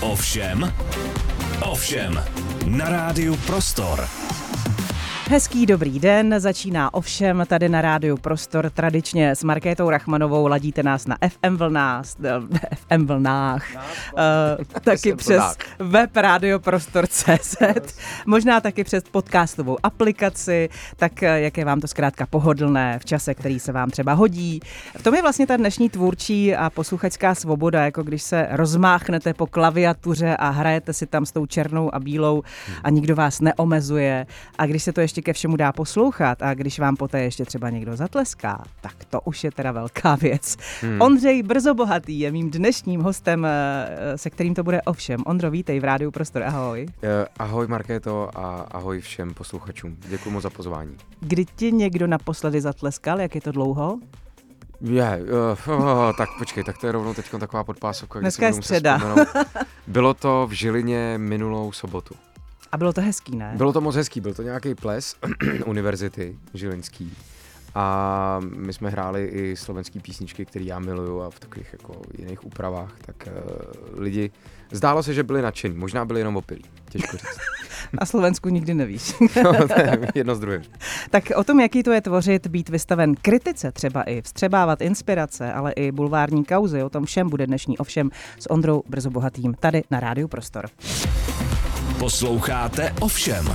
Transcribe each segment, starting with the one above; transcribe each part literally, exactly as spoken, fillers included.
Ovšem, ovšem, na rádiu Prostor. Hezký dobrý den, začíná Ovšem tady na rádiu Prostor, tradičně s Markétou Rachmanovou, ladíte nás na F M vlnách, F M vlnách, uh, taky přes web radioprostor tečka cé zet, možná taky přes podcastovou aplikaci, tak jak je vám to zkrátka pohodlné v čase, který se vám třeba hodí. V tom je vlastně ta dnešní tvůrčí a posluchačská svoboda, jako když se rozmáchnete po klaviatuře a hrajete si tam s tou černou a bílou a nikdo vás neomezuje a když se to ještě ke všemu dá poslouchat a když vám poté ještě třeba někdo zatleská, tak to už je teda velká věc. Hmm. Ondřej Brzobohatý je mým dnešním hostem, se kterým to bude Ovšem. Ondro, vítej v rádiu Prostor, ahoj. Ahoj Markéto a ahoj všem posluchačům. Děkuji moc za pozvání. Kdy ti někdo naposledy zatleskal, jak je to dlouho? Je, uh, uh, tak počkej, tak to je rovnou teď taková podpásovka. Dneska je středa. Bylo to v Žilině minulou sobotu. A bylo to hezký, ne? Bylo to moc hezký, byl to nějaký ples univerzity žilinský a my jsme hráli i slovenský písničky, které já miluju a v takových jako jiných úpravách, tak uh, lidi, zdálo se, že byli nadšení, možná byli jenom opilí, těžko říct. Na Slovensku nikdy nevíš. No, to je jedno z druhým. Tak o tom, jaký to je tvořit, být vystaven kritice třeba i, vstřebávat inspirace, ale i bulvární kauzy, o tom všem bude dnešní Ovšem s Ondrou Brzobohatým tady na rádiu Prostor. Posloucháte Ovšem.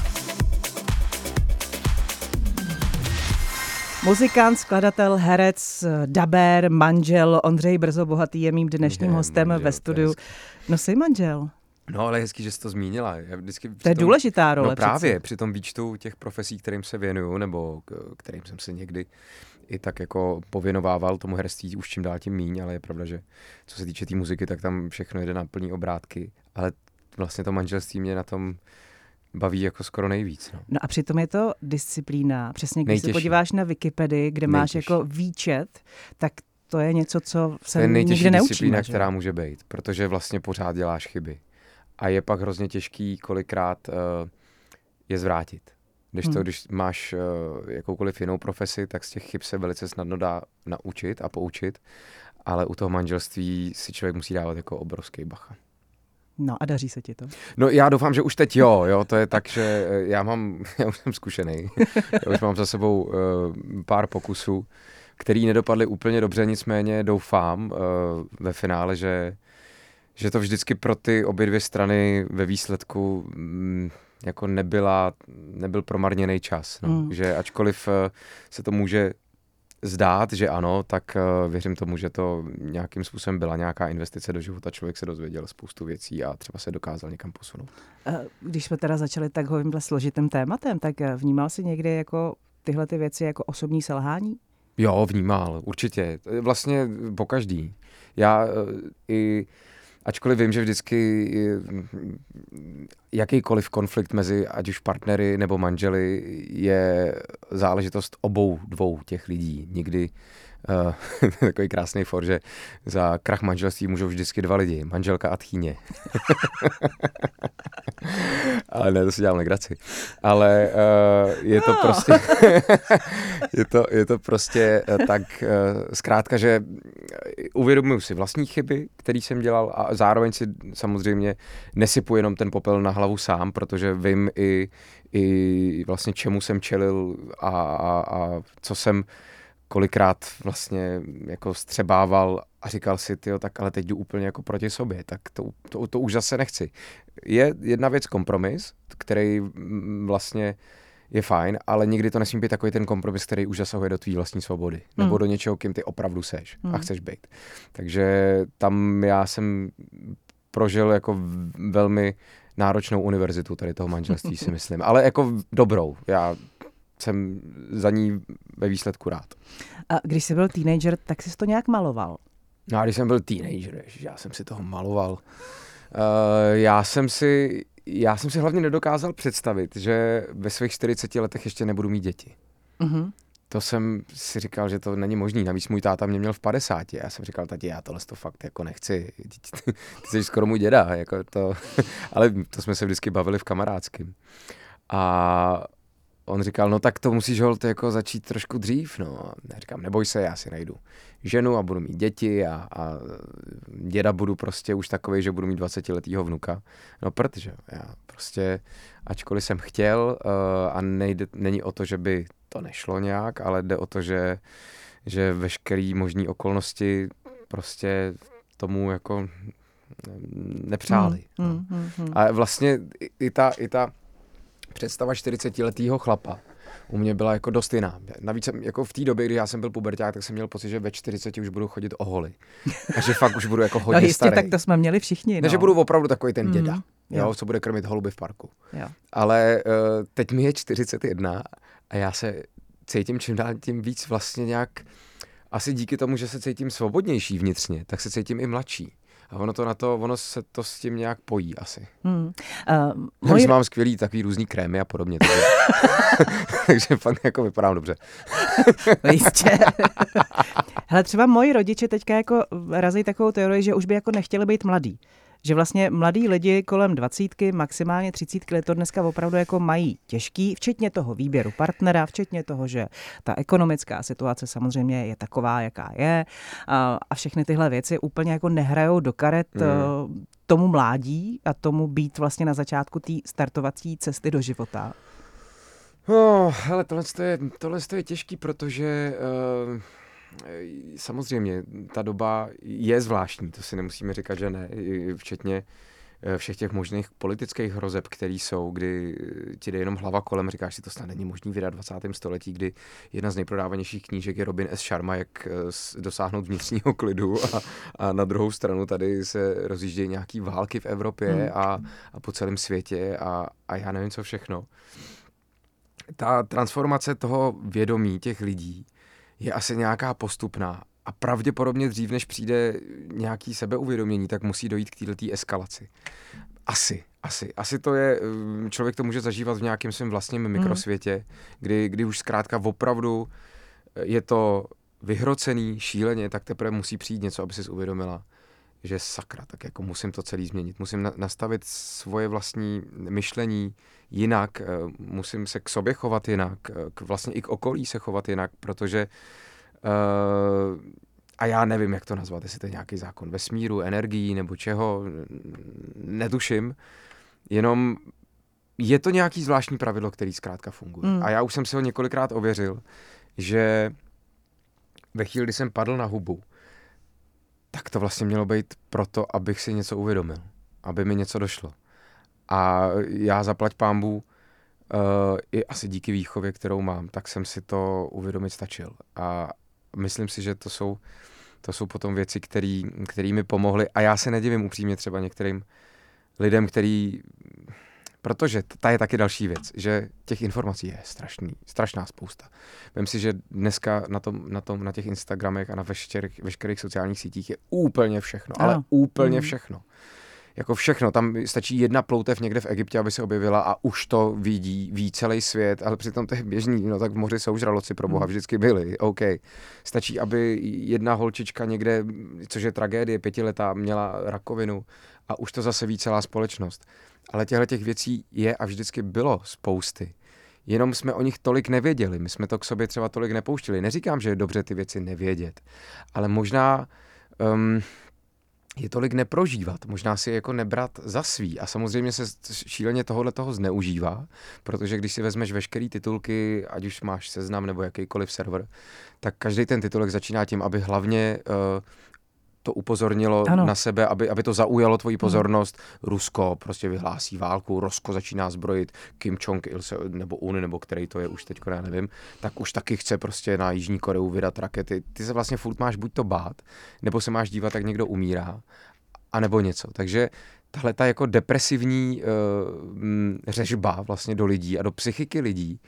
Muzikant, skladatel, herec, dabér, manžel Ondřej Brzobohatý je mým dnešním je, hostem manžel, ve studiu. No jsi manžel. No ale hezký, že jsi to zmínila. Já vždycky to je tom, důležitá role. No právě, přeci. Při tom výčtu těch profesí, kterým se věnuju, nebo kterým jsem se někdy i tak jako pověnovával tomu herství už čím dál tím míň, ale je pravda, že co se týče té tý muziky, tak tam všechno jede na plný obrátky. Ale vlastně to manželství mě na tom baví jako skoro nejvíc. No, no a přitom je to disciplína. Přesně, když nejtěžší. Se podíváš na Wikipedii, kde nejtěžší. Máš jako výčet, tak to je něco, co se to je nejtěžší nikde neučíme. disciplína, že? která může být, protože vlastně pořád děláš chyby. A je pak hrozně těžký kolikrát uh, je zvrátit. Když to, hmm. když máš uh, jakoukoliv jinou profesi, tak z těch chyb se velice snadno dá naučit a poučit, ale u toho manželství si člověk musí dávat jako obrovský bacha. No a daří se ti to? No já doufám, že už teď jo, jo, to je tak, že já mám, já už jsem zkušený, já už mám za sebou uh, pár pokusů, který nedopadly úplně dobře, nicméně doufám uh, ve finále, že, že to vždycky pro ty obě dvě strany ve výsledku mm, jako nebyla, nebyl promarněný čas, no. mm. Že ačkoliv uh, se to může zdát, že ano, tak uh, věřím tomu, že to nějakým způsobem byla nějaká investice do života, člověk se dozvěděl spoustu věcí a třeba se dokázal někam posunout. Když jsme teda začali takovýmhle složitým tématem, tak vnímal jsi někdy jako tyhle ty věci jako osobní selhání? Jo, vnímal, určitě. Vlastně pokaždý. Já uh, i ačkoliv vím, že vždycky jakýkoliv konflikt mezi ať už partnery nebo manželi je záležitost obou dvou těch lidí. Nikdy uh, takový krásný for, že za krach manželství můžou vždycky dva lidi, manželka a tchýně. Ale ne, to si dělám legraci. Ale uh, je to prostě je, to, je to prostě uh, tak uh, zkrátka, že uvědomuji si vlastní chyby, který jsem dělal a zároveň si samozřejmě nesypu jenom ten popel na hlavu sám, protože vím i, i vlastně čemu jsem čelil a, a, a co jsem kolikrát vlastně jako střebával a říkal si, tyjo, tak ale teď jdu úplně jako proti sobě, tak to, to, to už zase nechci. Je jedna věc kompromis, který vlastně je fajn, ale nikdy to nesmí být takový ten kompromis, který už zasahuje do tvý vlastní svobody. Hmm. Nebo do něčeho, kým ty opravdu seš hmm. a chceš být. Takže tam já jsem prožil jako velmi náročnou univerzitu tady toho manželství, si myslím. Ale jako dobrou. Já jsem za ní ve výsledku rád. A když jsi byl teenager, tak jsi to nějak maloval? No a když jsem byl teenager, já jsem si toho maloval. Uh, já jsem si... Já jsem si hlavně nedokázal představit, že ve svých čtyřiceti letech ještě nebudu mít děti. Uh-huh. To jsem si říkal, že to není možný. Navíc můj táta mě měl v padesáti. Já jsem říkal, tati, já tohle to fakt jako nechci. Ty jsi skoro můj děda. Jako to. Ale to jsme se vždycky bavili v kamarádským. A on říkal, no tak to musíš holt jako začít trošku dřív, no. A já říkám, neboj se, já si najdu ženu a budu mít děti a, a děda budu prostě už takovej, že budu mít dvacetiletýho vnuka. No protože já prostě, ačkoliv jsem chtěl uh, a nejde, není o to, že by to nešlo nějak, ale jde o to, že, že veškerý možný okolnosti prostě tomu jako nepřáli. Mm, no. mm, mm, mm. A vlastně i, i ta, i ta představa čtyřicetiletýho chlapa u mě byla jako dost jiná. Navíc jsem, jako v té době, kdy já jsem byl puberťák, tak jsem měl pocit, že ve čtyřiceti už budu chodit o holi. A že fakt už budu jako hodně no jistě, starý. tak to jsme měli všichni. No. Ne, že budu opravdu takový ten děda, Mm, jo, jo. co bude krmit holuby v parku. Jo. Ale uh, teď mi je čtyřicet jedna a já se cítím čím dál tím víc vlastně nějak, asi díky tomu, že se cítím svobodnější vnitřně, tak se cítím i mladší. A ono to na to, ono se to s tím nějak pojí asi. Hmm. Uh, Navíc moji... mám skvělý takový různý krémy a podobně. Takže, takže fakt jako vypadám dobře. Jistě. Hele, třeba moji rodiče teďka jako razí takovou teorii, že už by jako nechtěli být mladí. Že vlastně mladí lidi kolem dvacítky, maximálně třicítky let to dneska opravdu jako mají těžký, včetně toho výběru partnera, včetně toho, že ta ekonomická situace samozřejmě je taková, jaká je a, a všechny tyhle věci úplně jako nehrajou do karet mm. tomu mládí a tomu být vlastně na začátku té startovací cesty do života. Oh, hele, tohle je, tohle je těžký, protože uh... samozřejmě, ta doba je zvláštní, to si nemusíme říkat, že ne, včetně všech těch možných politických hrozeb, které jsou, kdy ti jde jenom hlava kolem, říkáš si, to snad není možný vydat v dvacátém století, kdy jedna z nejprodávanějších knížek je Robin S. Sharma, jak dosáhnout vnitřního klidu a, a na druhou stranu tady se rozjíždějí nějaký války v Evropě a, a po celém světě a, a já nevím, co všechno. Ta transformace toho vědomí těch lidí je asi nějaká postupná a pravděpodobně dřív, než přijde nějaký sebeuvědomění, tak musí dojít k této eskalaci. Asi, asi. Asi to je, člověk to může zažívat v nějakém svém vlastním mikrosvětě, kdy, kdy už zkrátka opravdu je to vyhrocený šíleně, tak teprve musí přijít něco, aby si uvědomila, že sakra, tak jako musím to celý změnit. Musím na, nastavit svoje vlastní myšlení jinak, musím se k sobě chovat jinak, k, vlastně i k okolí se chovat jinak, protože uh, a já nevím, jak to nazvat, jestli to je nějaký zákon vesmíru, energií nebo čeho, netuším, jenom je to nějaký zvláštní pravidlo, který zkrátka funguje. Mm. A já už jsem si ho několikrát ověřil, že ve chvíli, kdy jsem padl na hubu, tak to vlastně mělo být proto, abych si něco uvědomil, aby mi něco došlo. A já zaplať pánbů, uh, i asi díky výchově, kterou mám, tak jsem si to uvědomit stačil. A myslím si, že to jsou, to jsou potom věci, které mi pomohly. A já se nedivím upřímně třeba některým lidem, který... Protože ta je taky další věc, že těch informací je strašný, strašná spousta. Vem si, že dneska na, tom, na, tom, na těch Instagramech a na veškerých, veškerých sociálních sítích je úplně všechno, ale ano. úplně mm. všechno. Jako všechno, tam stačí jedna ploutev někde v Egyptě, aby se objevila a už to vidí, ví celý svět, ale přitom to je běžný, no tak v moři jsou žraloci pro boha, vždycky byli, OK. Stačí, aby jedna holčička někde, což je tragédie, pětiletá, měla rakovinu a už to zase ví celá společnost. Ale těchto těch věcí je a vždycky bylo spousty. Jenom jsme o nich tolik nevěděli, my jsme to k sobě třeba tolik nepouštili. Neříkám, že je dobře ty věci nevědět, ale možná um, je tolik neprožívat, možná si jako nebrat za svý. A samozřejmě se šíleně tohohle toho zneužívá, protože když si vezmeš veškerý titulky, ať už máš Seznam nebo jakýkoliv server, tak každý ten titulek začíná tím, aby hlavně uh, to upozornilo ano. na sebe, aby, aby to zaujalo tvoji pozornost. Hmm. Rusko prostě vyhlásí válku, Rusko začíná zbrojit, Kim Jong-il se, nebo Un, nebo který to je už teďko, já nevím, tak už taky chce prostě na Jižní Koreu vydat rakety. Ty se vlastně furt máš buď to bát, nebo se máš dívat, jak někdo umírá, anebo něco. Takže tahle ta jako depresivní uh, řežba vlastně do lidí a do psychiky lidí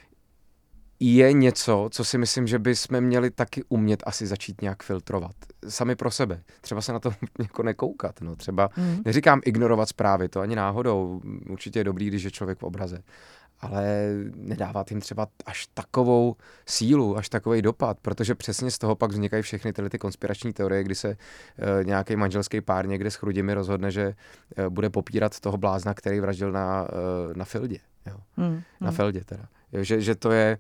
je něco, co si myslím, že bychom měli taky umět asi začít nějak filtrovat. Sami pro sebe. Třeba se na to jako nekoukat. No. Třeba mm. neříkám ignorovat zprávy, to ani náhodou. Určitě je dobrý, když je člověk v obraze. Ale nedávat jim třeba až takovou sílu, až takovej dopad, protože přesně z toho pak vznikají všechny tyhle ty konspirační teorie, kdy se e, nějaký manželský pár někde s Chrudimi rozhodne, že e, bude popírat toho blázna, který vraždil na, e, na Fildě. Jo. Mm. Na Feldě teda. Že, že to je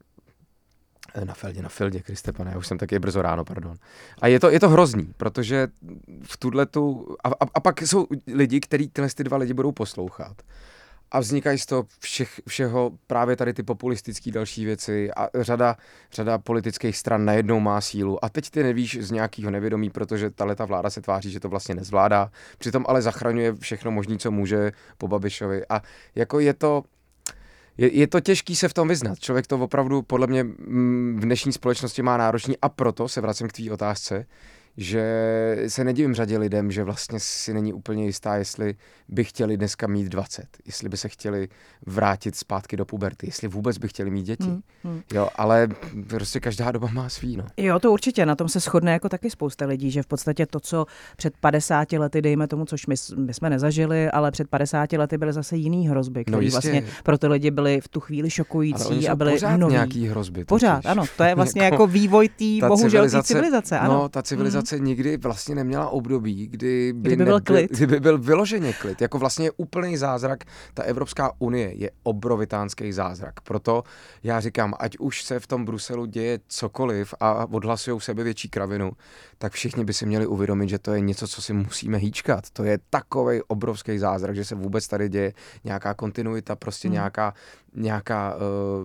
na Feldě, na Feldě, Kriste pane, já už jsem taky brzo ráno, pardon. A je to, je to hrozný, protože v tuhletu, a, a, a pak jsou lidi, kteří tyhle ty dva lidi budou poslouchat. A vznikají z toho všech, všeho právě tady ty populistické další věci a řada, řada politických stran najednou má sílu. A teď ty nevíš z nějakého nevědomí, protože tahleta vláda se tváří, že to vlastně nezvládá. Přitom ale zachraňuje všechno možné, co může po Babišovi. A jako je to... Je, je to těžký se v tom vyznat. Člověk to opravdu podle mě v dnešní společnosti má náročný a proto se vracím k tvý otázce, že se nedivím řadě lidem, že vlastně si není úplně jistá, jestli by chtěli dneska mít dvacet, jestli by se chtěli vrátit zpátky do puberty, jestli vůbec by chtěli mít děti. Hmm, hmm. Jo, ale prostě každá doba má svý, no. Jo, to určitě, na tom se shodne jako taky spousta lidí, že v podstatě to, co před padesáti lety, dejme tomu, což my, my jsme nezažili, ale před padesáti lety byly zase jiný hrozby, které no vlastně pro ty lidi byly v tu chvíli šokující a byly pořád nový. Nějaký hrozby. Pořád, totiž. Ano, to je vlastně jako vývoj té, bohužel, té civilizace. Ano. No, ta civilizace hmm. nikdy vlastně neměla období, kdy by, kdyby byl nebyl, klid. Kdyby byl vyloženě klid. Jako vlastně je úplný zázrak. Ta Evropská unie je obrovitánský zázrak. Proto já říkám, ať už se v tom Bruselu děje cokoliv a odhlasujou sebe větší kravinu, tak všichni by si měli uvědomit, že to je něco, co si musíme hýčkat. To je takovej obrovský zázrak, že se vůbec tady děje nějaká kontinuita, prostě hmm. nějaká, nějaká uh,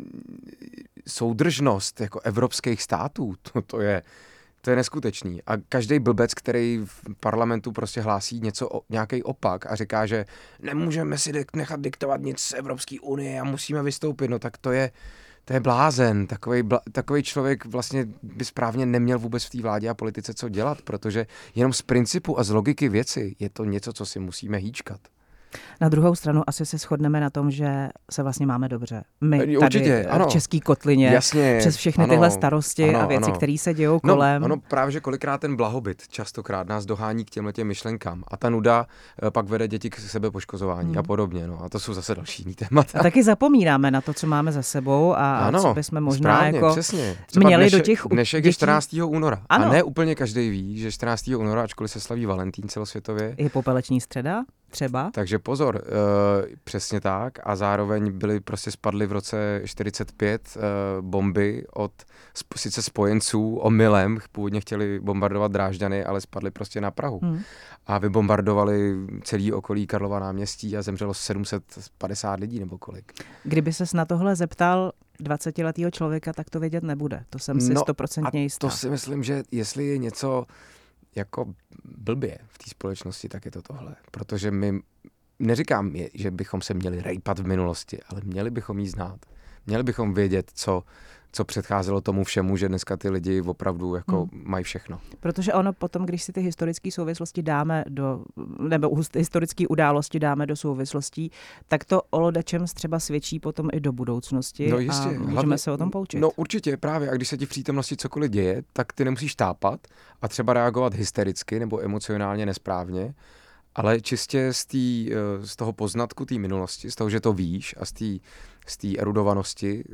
soudržnost jako evropských států. To, to je To je neskutečný. A každý blbec, který v parlamentu prostě hlásí něco, nějaký opak a říká, že nemůžeme si nechat diktovat nic z Evropské unie a musíme vystoupit, no tak to je, to je blázen. Takovej, bla, takovej člověk vlastně by správně neměl vůbec v té vládě a politice co dělat, protože jenom z principu a z logiky věci je to něco, co si musíme hýčkat. Na druhou stranu asi se shodneme na tom, že se vlastně máme dobře. My tady Určitě, ano. v České kotlině, Jasně, přes všechny ano, tyhle starosti ano, a věci, ano. které se dějou kolem. No, ono právě, že kolikrát ten blahobyt častokrát nás dohání k těmhletěm myšlenkám. A ta nuda pak vede děti k sebepoškozování hmm. a podobně. No. A to jsou zase další jiný témata. A taky zapomínáme na to, co máme za sebou a ano, co bychom možná správně, jako přesně. měli dnešek, do těch dnešek dětí. je čtrnáctého února. Ano. A ne úplně každý ví, že čtrnáctého února, ačkoliv se slaví Valentín celosvětově. Je popeleční středa třeba. Takže pozor, uh, přesně tak. A zároveň byly prostě spadly v roce čtyřicet pět uh, bomby od sp- sice spojenců omylem, původně chtěli bombardovat Drážďany, ale spadly prostě na Prahu. Hmm. A vybombardovali celý okolí Karlova náměstí a zemřelo sedm set padesát lidí nebo kolik. Kdyby ses na tohle zeptal dvacetiletého člověka, tak to vědět nebude. To jsem si stoprocentně no, jistá. To si myslím, že jestli je něco jako blbě v té společnosti, tak je to tohle. Protože my, neříkám, že bychom se měli rejpat v minulosti, ale měli bychom jí znát. Měli bychom vědět, co, co předcházelo tomu všemu, že dneska ty lidi opravdu jako hmm. mají všechno. Protože ono potom, když si ty historické souvislosti dáme do, nebo historické události dáme do souvislostí, tak to o lodačem třeba svědčí potom i do budoucnosti no jistě, a můžeme hlavně, se o tom poučit. No určitě právě, a když se ti v přítomnosti cokoliv děje, tak ty nemusíš tápat a třeba reagovat hystericky nebo emocionálně nesprávně, ale čistě z, tý, z toho poznatku té minulosti, z toho, že to víš a z té z té erudovanosti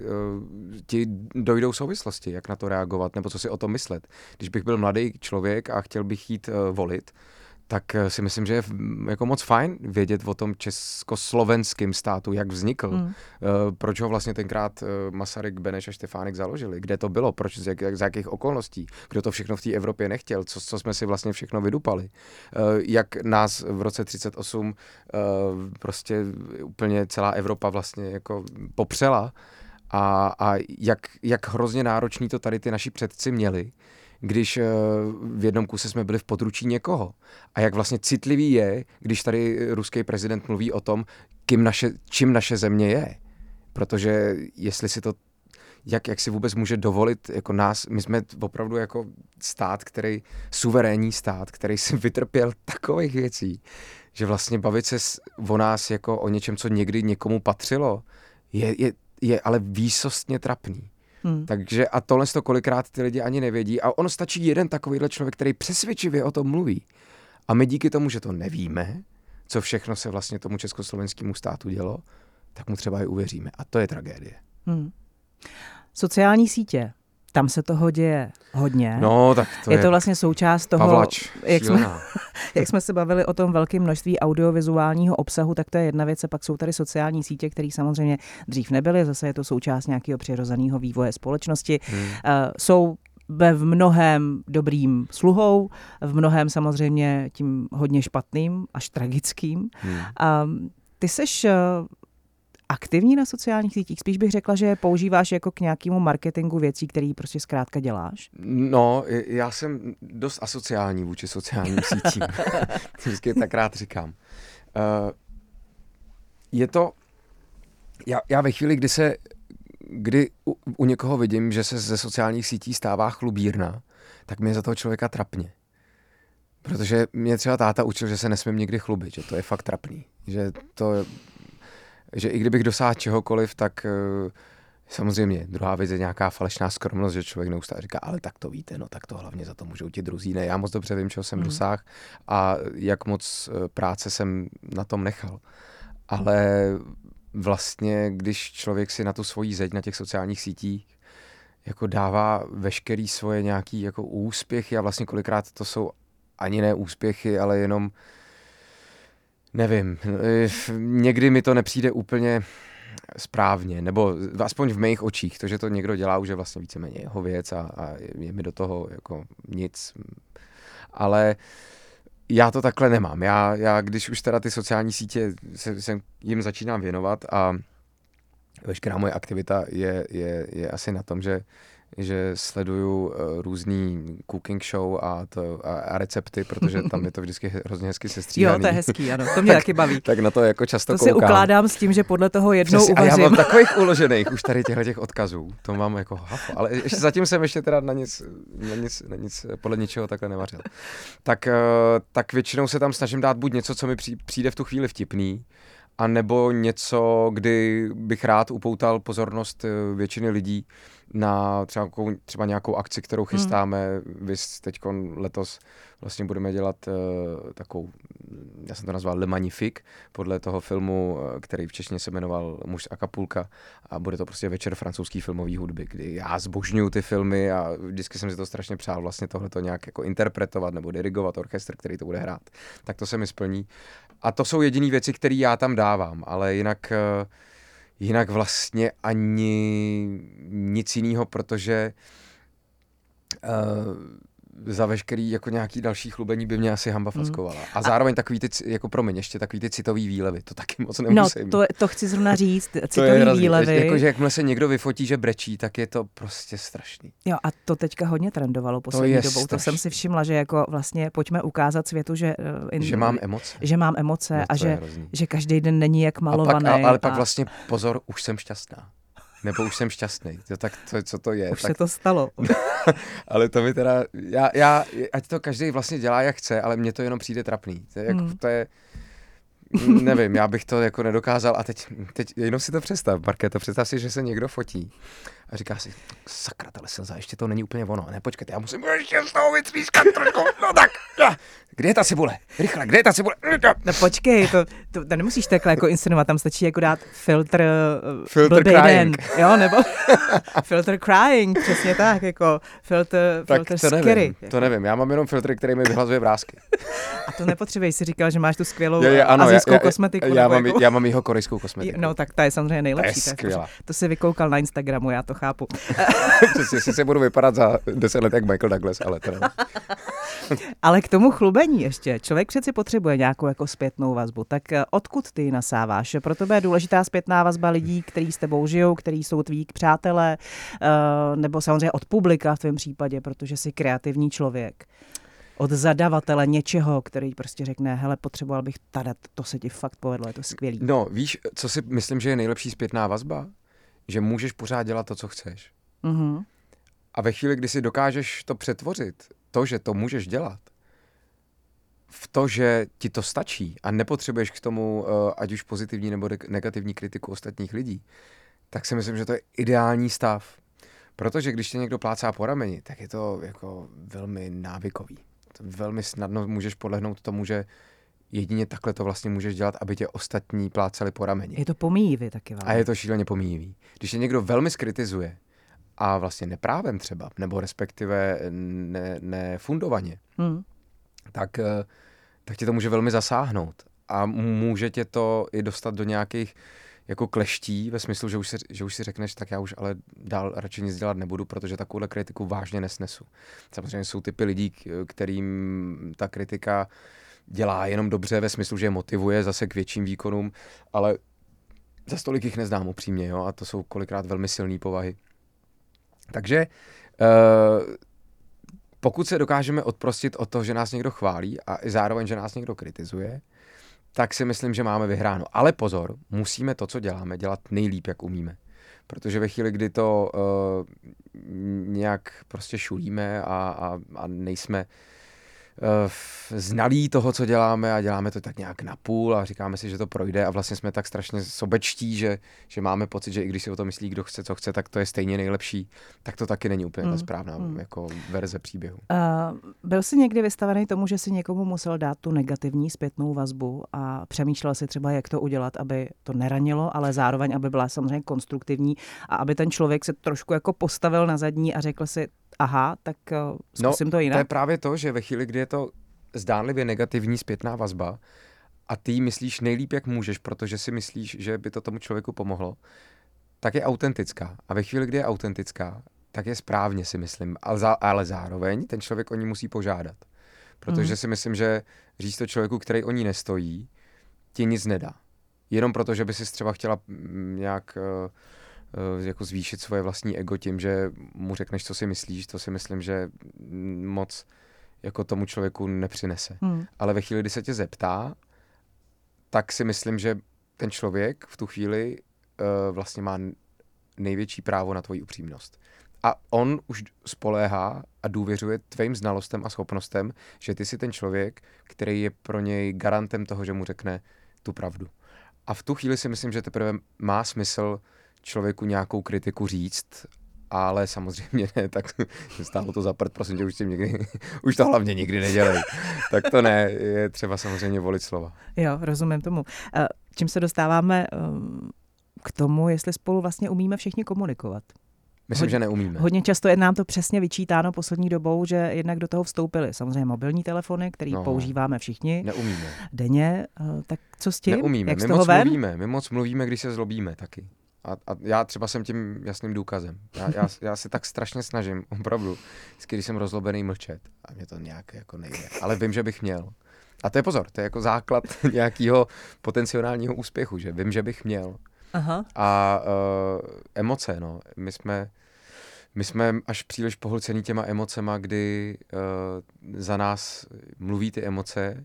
ti dojdou souvislosti, jak na to reagovat, nebo co si o tom myslet. Když bych byl mladý člověk a chtěl bych jít volit, tak si myslím, že je jako moc fajn vědět o tom československém státu, jak vznikl, mm. proč ho vlastně tenkrát Masaryk, Beneš a Štefánik založili, kde to bylo, proč, z, jak, z jakých okolností, kdo to všechno v té Evropě nechtěl, co, co jsme si vlastně všechno vydupali, jak nás v roce třicet osm prostě úplně celá Evropa vlastně jako popřela a, a jak, jak hrozně náročný to tady ty naši předci měli, když v jednom kuse jsme byli v područí někoho. A jak vlastně citlivý je, když tady ruský prezident mluví o tom, kým naše, čím naše země je. Protože jestli si to, jak, jak si vůbec může dovolit jako nás, my jsme opravdu jako stát, který, suverénní stát, který si vytrpěl takových věcí, že vlastně bavit se o nás jako o něčem, co někdy někomu patřilo, je, je, je ale výsostně trapný. Hmm. Takže a tohle to kolikrát ty lidi ani nevědí a ono stačí jeden takovýhle člověk, který přesvědčivě o tom mluví. A my díky tomu, že to nevíme, co všechno se vlastně tomu československému státu dělo, tak mu třeba i uvěříme. A to je tragédie. Hmm. Sociální sítě. Tam se toho děje hodně. No, tak to je, je to vlastně součást toho, Pavlač, jak jsme, jak jsme se bavili o tom velkém množství audiovizuálního obsahu, tak to je jedna věc, a pak jsou tady sociální sítě, které samozřejmě dřív nebyly, zase je to součást nějakého přirozeného vývoje společnosti. Hmm. Uh, jsou ve v mnohém dobrým sluhou, v mnohém samozřejmě tím hodně špatným, až tragickým. Hmm. Um, ty seš uh, aktivní na sociálních sítích? Spíš bych řekla, že je používáš jako k nějakému marketingu věcí, které prostě zkrátka děláš? No, já jsem dost asociální vůči sociálním sítím. Vždycky tak rád říkám. Uh, je to... Já, já ve chvíli, kdy se kdy u, u někoho vidím, že se ze sociálních sítí stává chlubírna, tak mě za toho člověka trapně. Protože mě třeba táta učil, že se nesmím nikdy chlubit, že to je fakt trapný. Že to... že i kdybych dosáhl čehokoliv, tak uh, samozřejmě druhá věc je nějaká falešná skromnost, že člověk neustále říká, ale tak to víte, no tak to hlavně za to můžou ti druzí. Ne, já moc dobře vím, čeho jsem mm. dosáhl a jak moc uh, práce jsem na tom nechal. Ale vlastně, když člověk si na tu svoji zeď na těch sociálních sítích jako dává veškerý svoje nějaký jako úspěchy a vlastně kolikrát to jsou ani ne úspěchy, ale jenom nevím, někdy mi to nepřijde úplně správně, nebo aspoň v mých očích, to, že to někdo dělá, už je vlastně víceméně jeho věc a, a je mi do toho jako nic. Ale já to takhle nemám. Já, já když už teda ty sociální sítě se, se jim začínám věnovat a veškerá moje aktivita je, je, je asi na tom, že že sleduju uh, různý cooking show a, to, a, a recepty, protože tam je to vždycky hrozně hezky sestříhaný. Jo, to je hezký, ano, to mě taky baví. Tak na to jako často to koukám. To si ukládám s tím, že podle toho jednou Přesně, uvařím. A já mám takových uložených už tady těchto těch odkazů, to mám jako hafo, ale ještě, zatím jsem ještě teda na nic, na nic, na nic podle ničeho takhle nevařil. Tak, uh, tak většinou se tam snažím dát buď něco, co mi přijde v tu chvíli vtipný, a nebo něco, kdy bych rád upoutal pozornost většiny lidí na třeba, třeba nějakou akci, kterou chystáme. Hmm. Vys teďkon letos vlastně budeme dělat uh, takovou, já jsem to nazval Le Magnifique, podle toho filmu, který v češtině se jmenoval Muž z Acapulka, a bude to prostě večer francouzský filmový hudby, kdy já zbožňuju ty filmy a vždycky jsem si to strašně přál vlastně tohleto nějak jako interpretovat nebo dirigovat orchestr, který to bude hrát. Tak to se mi splní. A to jsou jediné věci, které já tam dávám, ale jinak, jinak vlastně ani nic jiného, protože uh, za veškerý jako nějaký další chlubení by mě asi hamba fackovala. A zároveň takový ty, jako promiň, ještě takový ty citový výlevy, to taky moc nemusím. No, to, to chci zrovna říct, citový výlevy. Jakože jakmile se někdo vyfotí, že brečí, tak je to prostě strašný. Jo, a to teďka hodně trendovalo poslední to dobou. Strašný. To jsem si všimla, že jako vlastně pojďme ukázat světu, že... In, že mám emoce. Že mám emoce no, a že, že každý den není jak malovaný. A pak, a, ale a... pak vlastně pozor, už jsem šťastná. Nebo už jsem šťastný. To, tak to, co to je. Už tak... se to stalo. Ale to mi teda, já, já, ať to každý vlastně dělá jak chce, ale mně to jenom přijde trapný. To je, jako, hmm. to je nevím, já bych to jako nedokázal a teď, teď jenom si to představ, Markéto, představ si, že se někdo fotí a říká si, sakra, tale Silza, ještě to není úplně ono, ne, počkejte, já musím ještě z toho vytřískat trošku, no tak, kde je ta cibule, rychle, kde je ta cibule? No počkej, to, to, to nemusíš takhle jako inscenovat, tam stačí jako dát filtr, filtr crying, den, jo, nebo filtr crying, přesně tak, jako filtr, tak filtr to scary. Nevím, to nevím, já mám jenom filtr, který mi vyhlazuje vrásky. A to nepotřebuješ, jsi říkal, že máš tu skvělou je, je, ano, azijskou já, kosmetiku. Já, já, mám, jako... já mám jeho korejskou kosmetiku. No tak ta je samozřejmě nejlepší. To je skvělá. To si vykoukal na Instagramu, já to chápu. Přesně, si se budu vypadat za deset let jak Michael Douglas, ale teda. Ale k tomu chlubení ještě. Člověk přeci potřebuje nějakou jako zpětnou vazbu. Tak odkud ty ji nasáváš? Pro tebe je důležitá zpětná vazba lidí, kteří s tebou žijou, kteří jsou tví přátelé, nebo samozřejmě od publika v tvém případě, protože jsi kreativní člověk. Od zadavatele něčeho, který prostě řekne, hele, potřeboval bych tady, to se ti fakt povedlo, je to skvělý. No, víš, co si myslím, že je nejlepší zpětná vazba? Že můžeš pořád dělat to, co chceš. Mm-hmm. A ve chvíli, kdy si dokážeš to přetvořit, to, že to můžeš dělat, v to, že ti to stačí a nepotřebuješ k tomu ať už pozitivní nebo negativní kritiku ostatních lidí, tak si myslím, že to je ideální stav. Protože když tě někdo plácá po rameni, tak je to jako velmi návykový. Velmi snadno můžeš podlehnout tomu, že jedině takhle to vlastně můžeš dělat, aby tě ostatní plácali po rameni. Je to pomíjivý taky. Vám. A je to šíleně pomíjivý. Když tě někdo velmi skritizuje a vlastně neprávem třeba, nebo respektive ne, nefundovaně, Hmm. tak, tak tě to může velmi zasáhnout. A může tě to i dostat do nějakých jako kleští, ve smyslu, že už, si, že už si řekneš, tak já už ale dál radši nic dělat nebudu, protože takovouhle kritiku vážně nesnesu. Samozřejmě jsou typy lidí, kterým ta kritika dělá jenom dobře, ve smyslu, že je motivuje zase k větším výkonům, ale za stolik jich neznám upřímně, jo, a to jsou kolikrát velmi silné povahy. Takže uh, pokud se dokážeme odprostit od toho, že nás někdo chválí a i zároveň, že nás někdo kritizuje, tak si myslím, že máme vyhráno. Ale pozor, musíme to, co děláme, dělat nejlíp, jak umíme. Protože ve chvíli, kdy to uh, nějak prostě šulíme a, a, a nejsme uh, znalí toho, co děláme a děláme to tak nějak napůl a říkáme si, že to projde a vlastně jsme tak strašně sobečtí, že, že máme pocit, že i když si o to myslí, kdo chce, co chce, tak to je stejně nejlepší, tak to taky není úplně mm. ta správná mm. jako verze příběhu. Uh, byl jsi někdy vystavený tomu, že si někomu musel dát tu negativní zpětnou vazbu a přemýšlel si třeba, jak to udělat, aby to neranilo, ale zároveň, aby byla samozřejmě konstruktivní a aby ten člověk se trošku jako postavil na zadní a řekl si, aha, tak uh, zkusím no, to jinak. To je právě to, že ve chvíli, kdy je to zdánlivě negativní zpětná vazba a ty ji myslíš nejlíp, jak můžeš, protože si myslíš, že by to tomu člověku pomohlo, tak je autentická. A ve chvíli, kdy je autentická, tak je správně, si myslím. Ale, zá, ale zároveň ten člověk o ní musí požádat. Protože mm. si myslím, že říct to člověku, který o ní nestojí, ti nic nedá. Jenom proto, že by si třeba chtěla nějak uh, uh, jako zvýšit svoje vlastní ego tím, že mu řekneš, co si myslíš, to si myslím, že moc jako tomu člověku nepřinese. Hmm. Ale ve chvíli, kdy se tě zeptá, tak si myslím, že ten člověk v tu chvíli uh, vlastně má největší právo na tvoji upřímnost. A on už spoléhá a důvěřuje tvým znalostem a schopnostem, že ty jsi ten člověk, který je pro něj garantem toho, že mu řekne tu pravdu. A v tu chvíli si myslím, že teprve má smysl člověku nějakou kritiku říct, ale samozřejmě ne, tak stálo to za prd, prosím tě, už, tím někdy, už to hlavně nikdy nedělej. Tak to ne, je třeba samozřejmě volit slova. Jo, rozumím tomu. Čím se dostáváme k tomu, jestli spolu vlastně umíme všichni komunikovat? Myslím, Hodně, že neumíme. Hodně často je nám to přesně vyčítáno poslední dobou, že jednak do toho vstoupily samozřejmě mobilní telefony, které no, používáme všichni. Neumíme. Denně, tak co s tím? Neumíme. Jak My z toho moc ven? mluvíme. My moc mluvíme, když se zlobíme taky. A, a já třeba jsem tím jasným důkazem. Já, já, já se tak strašně snažím, opravdu, když jsem rozlobený, mlčet. A mě to nějak jako nejde. Ale vím, že bych měl. A to je pozor, to je jako základ nějakého potenciálního úspěchu, že vím, že bych měl. Aha. A uh, emoce, no. My jsme, my jsme až příliš pohlcený těma emocema, kdy uh, za nás mluví ty emoce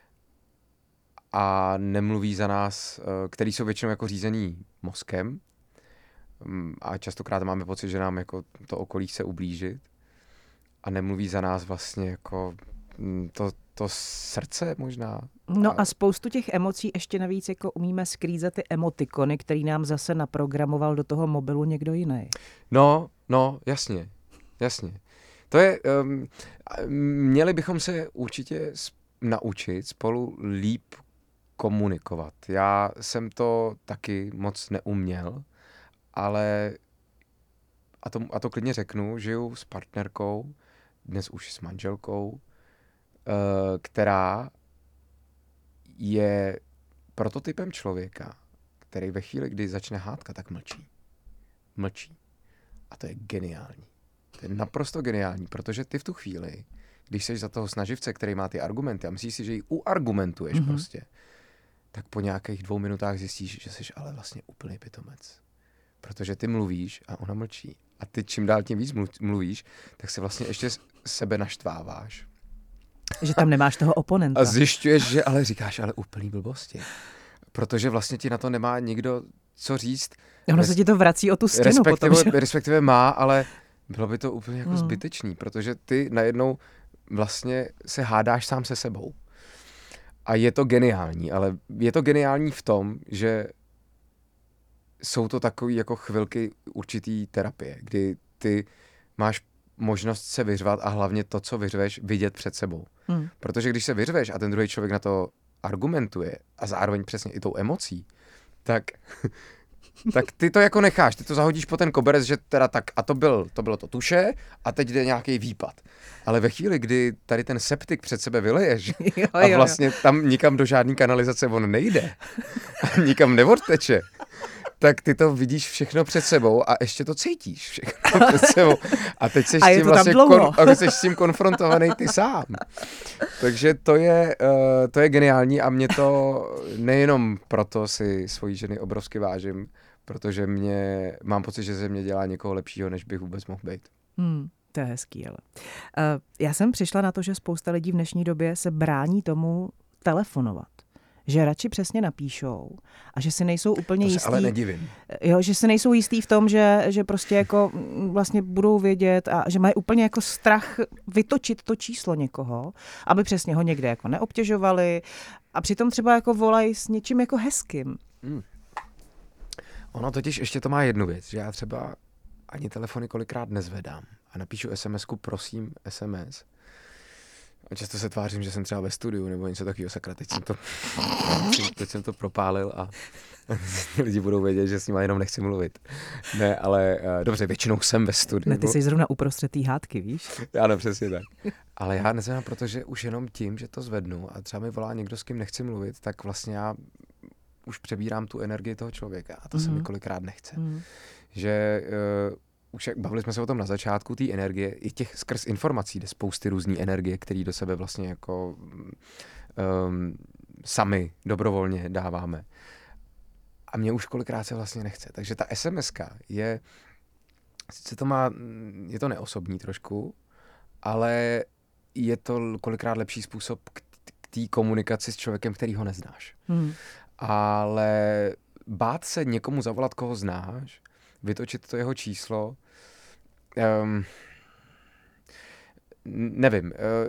a nemluví za nás, uh, který jsou většinou jako řízený mozkem. Um, a častokrát máme pocit, že nám jako to okolí chce ublížit. A nemluví za nás vlastně jako um, to, to srdce možná. No a spoustu těch emocí ještě navíc jako umíme skrýzet ty emotikony, který nám zase naprogramoval do toho mobilu někdo jiný. No, no, jasně, jasně. To je, um, měli bychom se určitě naučit spolu líp komunikovat. Já jsem to taky moc neuměl, ale a to, a to klidně řeknu, žiju s partnerkou, dnes už s manželkou, uh, která je prototypem člověka, který ve chvíli, kdy začne hádka, tak mlčí. Mlčí. A to je geniální. To je naprosto geniální, protože ty v tu chvíli, když jsi za toho snaživce, který má ty argumenty a myslíš si, že ji uargumentuješ mm-hmm. prostě, tak po nějakých dvou minutách zjistíš, že jsi ale vlastně úplný pitomec. Protože ty mluvíš a ona mlčí. A ty čím dál tím víc mluvíš, tak se vlastně ještě sebe naštváváš. Že tam nemáš toho oponenta. A zjišťuješ, že ale říkáš ale úplný blbosti. Protože vlastně ti na to nemá nikdo co říct. Ono Res... se ti to vrací o tu stěnu respektive, potom. Že? Respektive má, ale bylo by to úplně jako hmm. zbytečný, protože ty najednou vlastně se hádáš sám se sebou. A je to geniální, ale je to geniální v tom, že jsou to takový jako chvilky určitý terapie, kdy ty máš možnost se vyřvat a hlavně to, co vyřveš, vidět před sebou. Hmm. Protože když se vyřveš a ten druhý člověk na to argumentuje a zároveň přesně i tou emocí, tak tak ty to jako necháš, ty to zahodíš po ten koberec, že teda tak, a to, byl, to bylo to tuše, a teď jde nějaký výpad. Ale ve chvíli, kdy tady ten septik před sebe vyleješ Jo, a jo, vlastně jo. tam nikam do žádný kanalizace on nejde, a nikam neodteče, tak ty to vidíš všechno před sebou a ještě to cítíš všechno před sebou. A teď seš, A je tím to tam vlastně dlouho. kon, a seš s tím konfrontovaný ty sám. Takže to je, uh, to je geniální a mě to nejenom proto si svojí ženy obrovsky vážím, protože mě, mám pocit, že ze mě dělá někoho lepšího, než bych vůbec mohl být. Hmm, to je hezký, ale. Uh, já jsem přišla na to, že spousta lidí v dnešní době se brání tomu telefonovat. Že radši přesně napíšou a že si nejsou úplně To se jistý. ale nedivím. Jo, že si nejsou jistý v tom, že, že prostě jako vlastně budou vědět a že mají úplně jako strach vytočit to číslo někoho, aby přesně ho někde jako neobtěžovali a přitom třeba jako volají s něčím jako hezkým. Hmm. Ono totiž ještě to má jednu věc, že já třeba ani telefony kolikrát nezvedám a napíšu SMSku prosím S M S. A často se tvářím, že jsem třeba ve studiu nebo něco takového, sakra, teď jsem to, teď jsem to propálil a lidi budou vědět, že s nima jenom nechci mluvit. Ne, ale uh, dobře, většinou jsem ve studiu. Ne, ty jsi zrovna uprostřed té hádky, víš? Ano, přesně tak. Ale já nezvedám, protože už jenom tím, že to zvednu a třeba mi volá někdo, s kým nechci mluvit, tak vlastně já už přebírám tu energii toho člověka a to mm-hmm. se mi kolikrát nechce. Mm. Že uh, už jak bavili jsme se o tom na začátku, té energie, i těch skrz informací jde spousty různý energie, které do sebe vlastně jako um, sami dobrovolně dáváme. A mě už kolikrát se vlastně nechce. Takže ta SMSka je, sice to má, je to neosobní trošku, ale je to kolikrát lepší způsob k té komunikaci s člověkem, který ho neznáš. Hmm. Ale bát se někomu zavolat, koho znáš, vytočit to jeho číslo, um, nevím. Uh,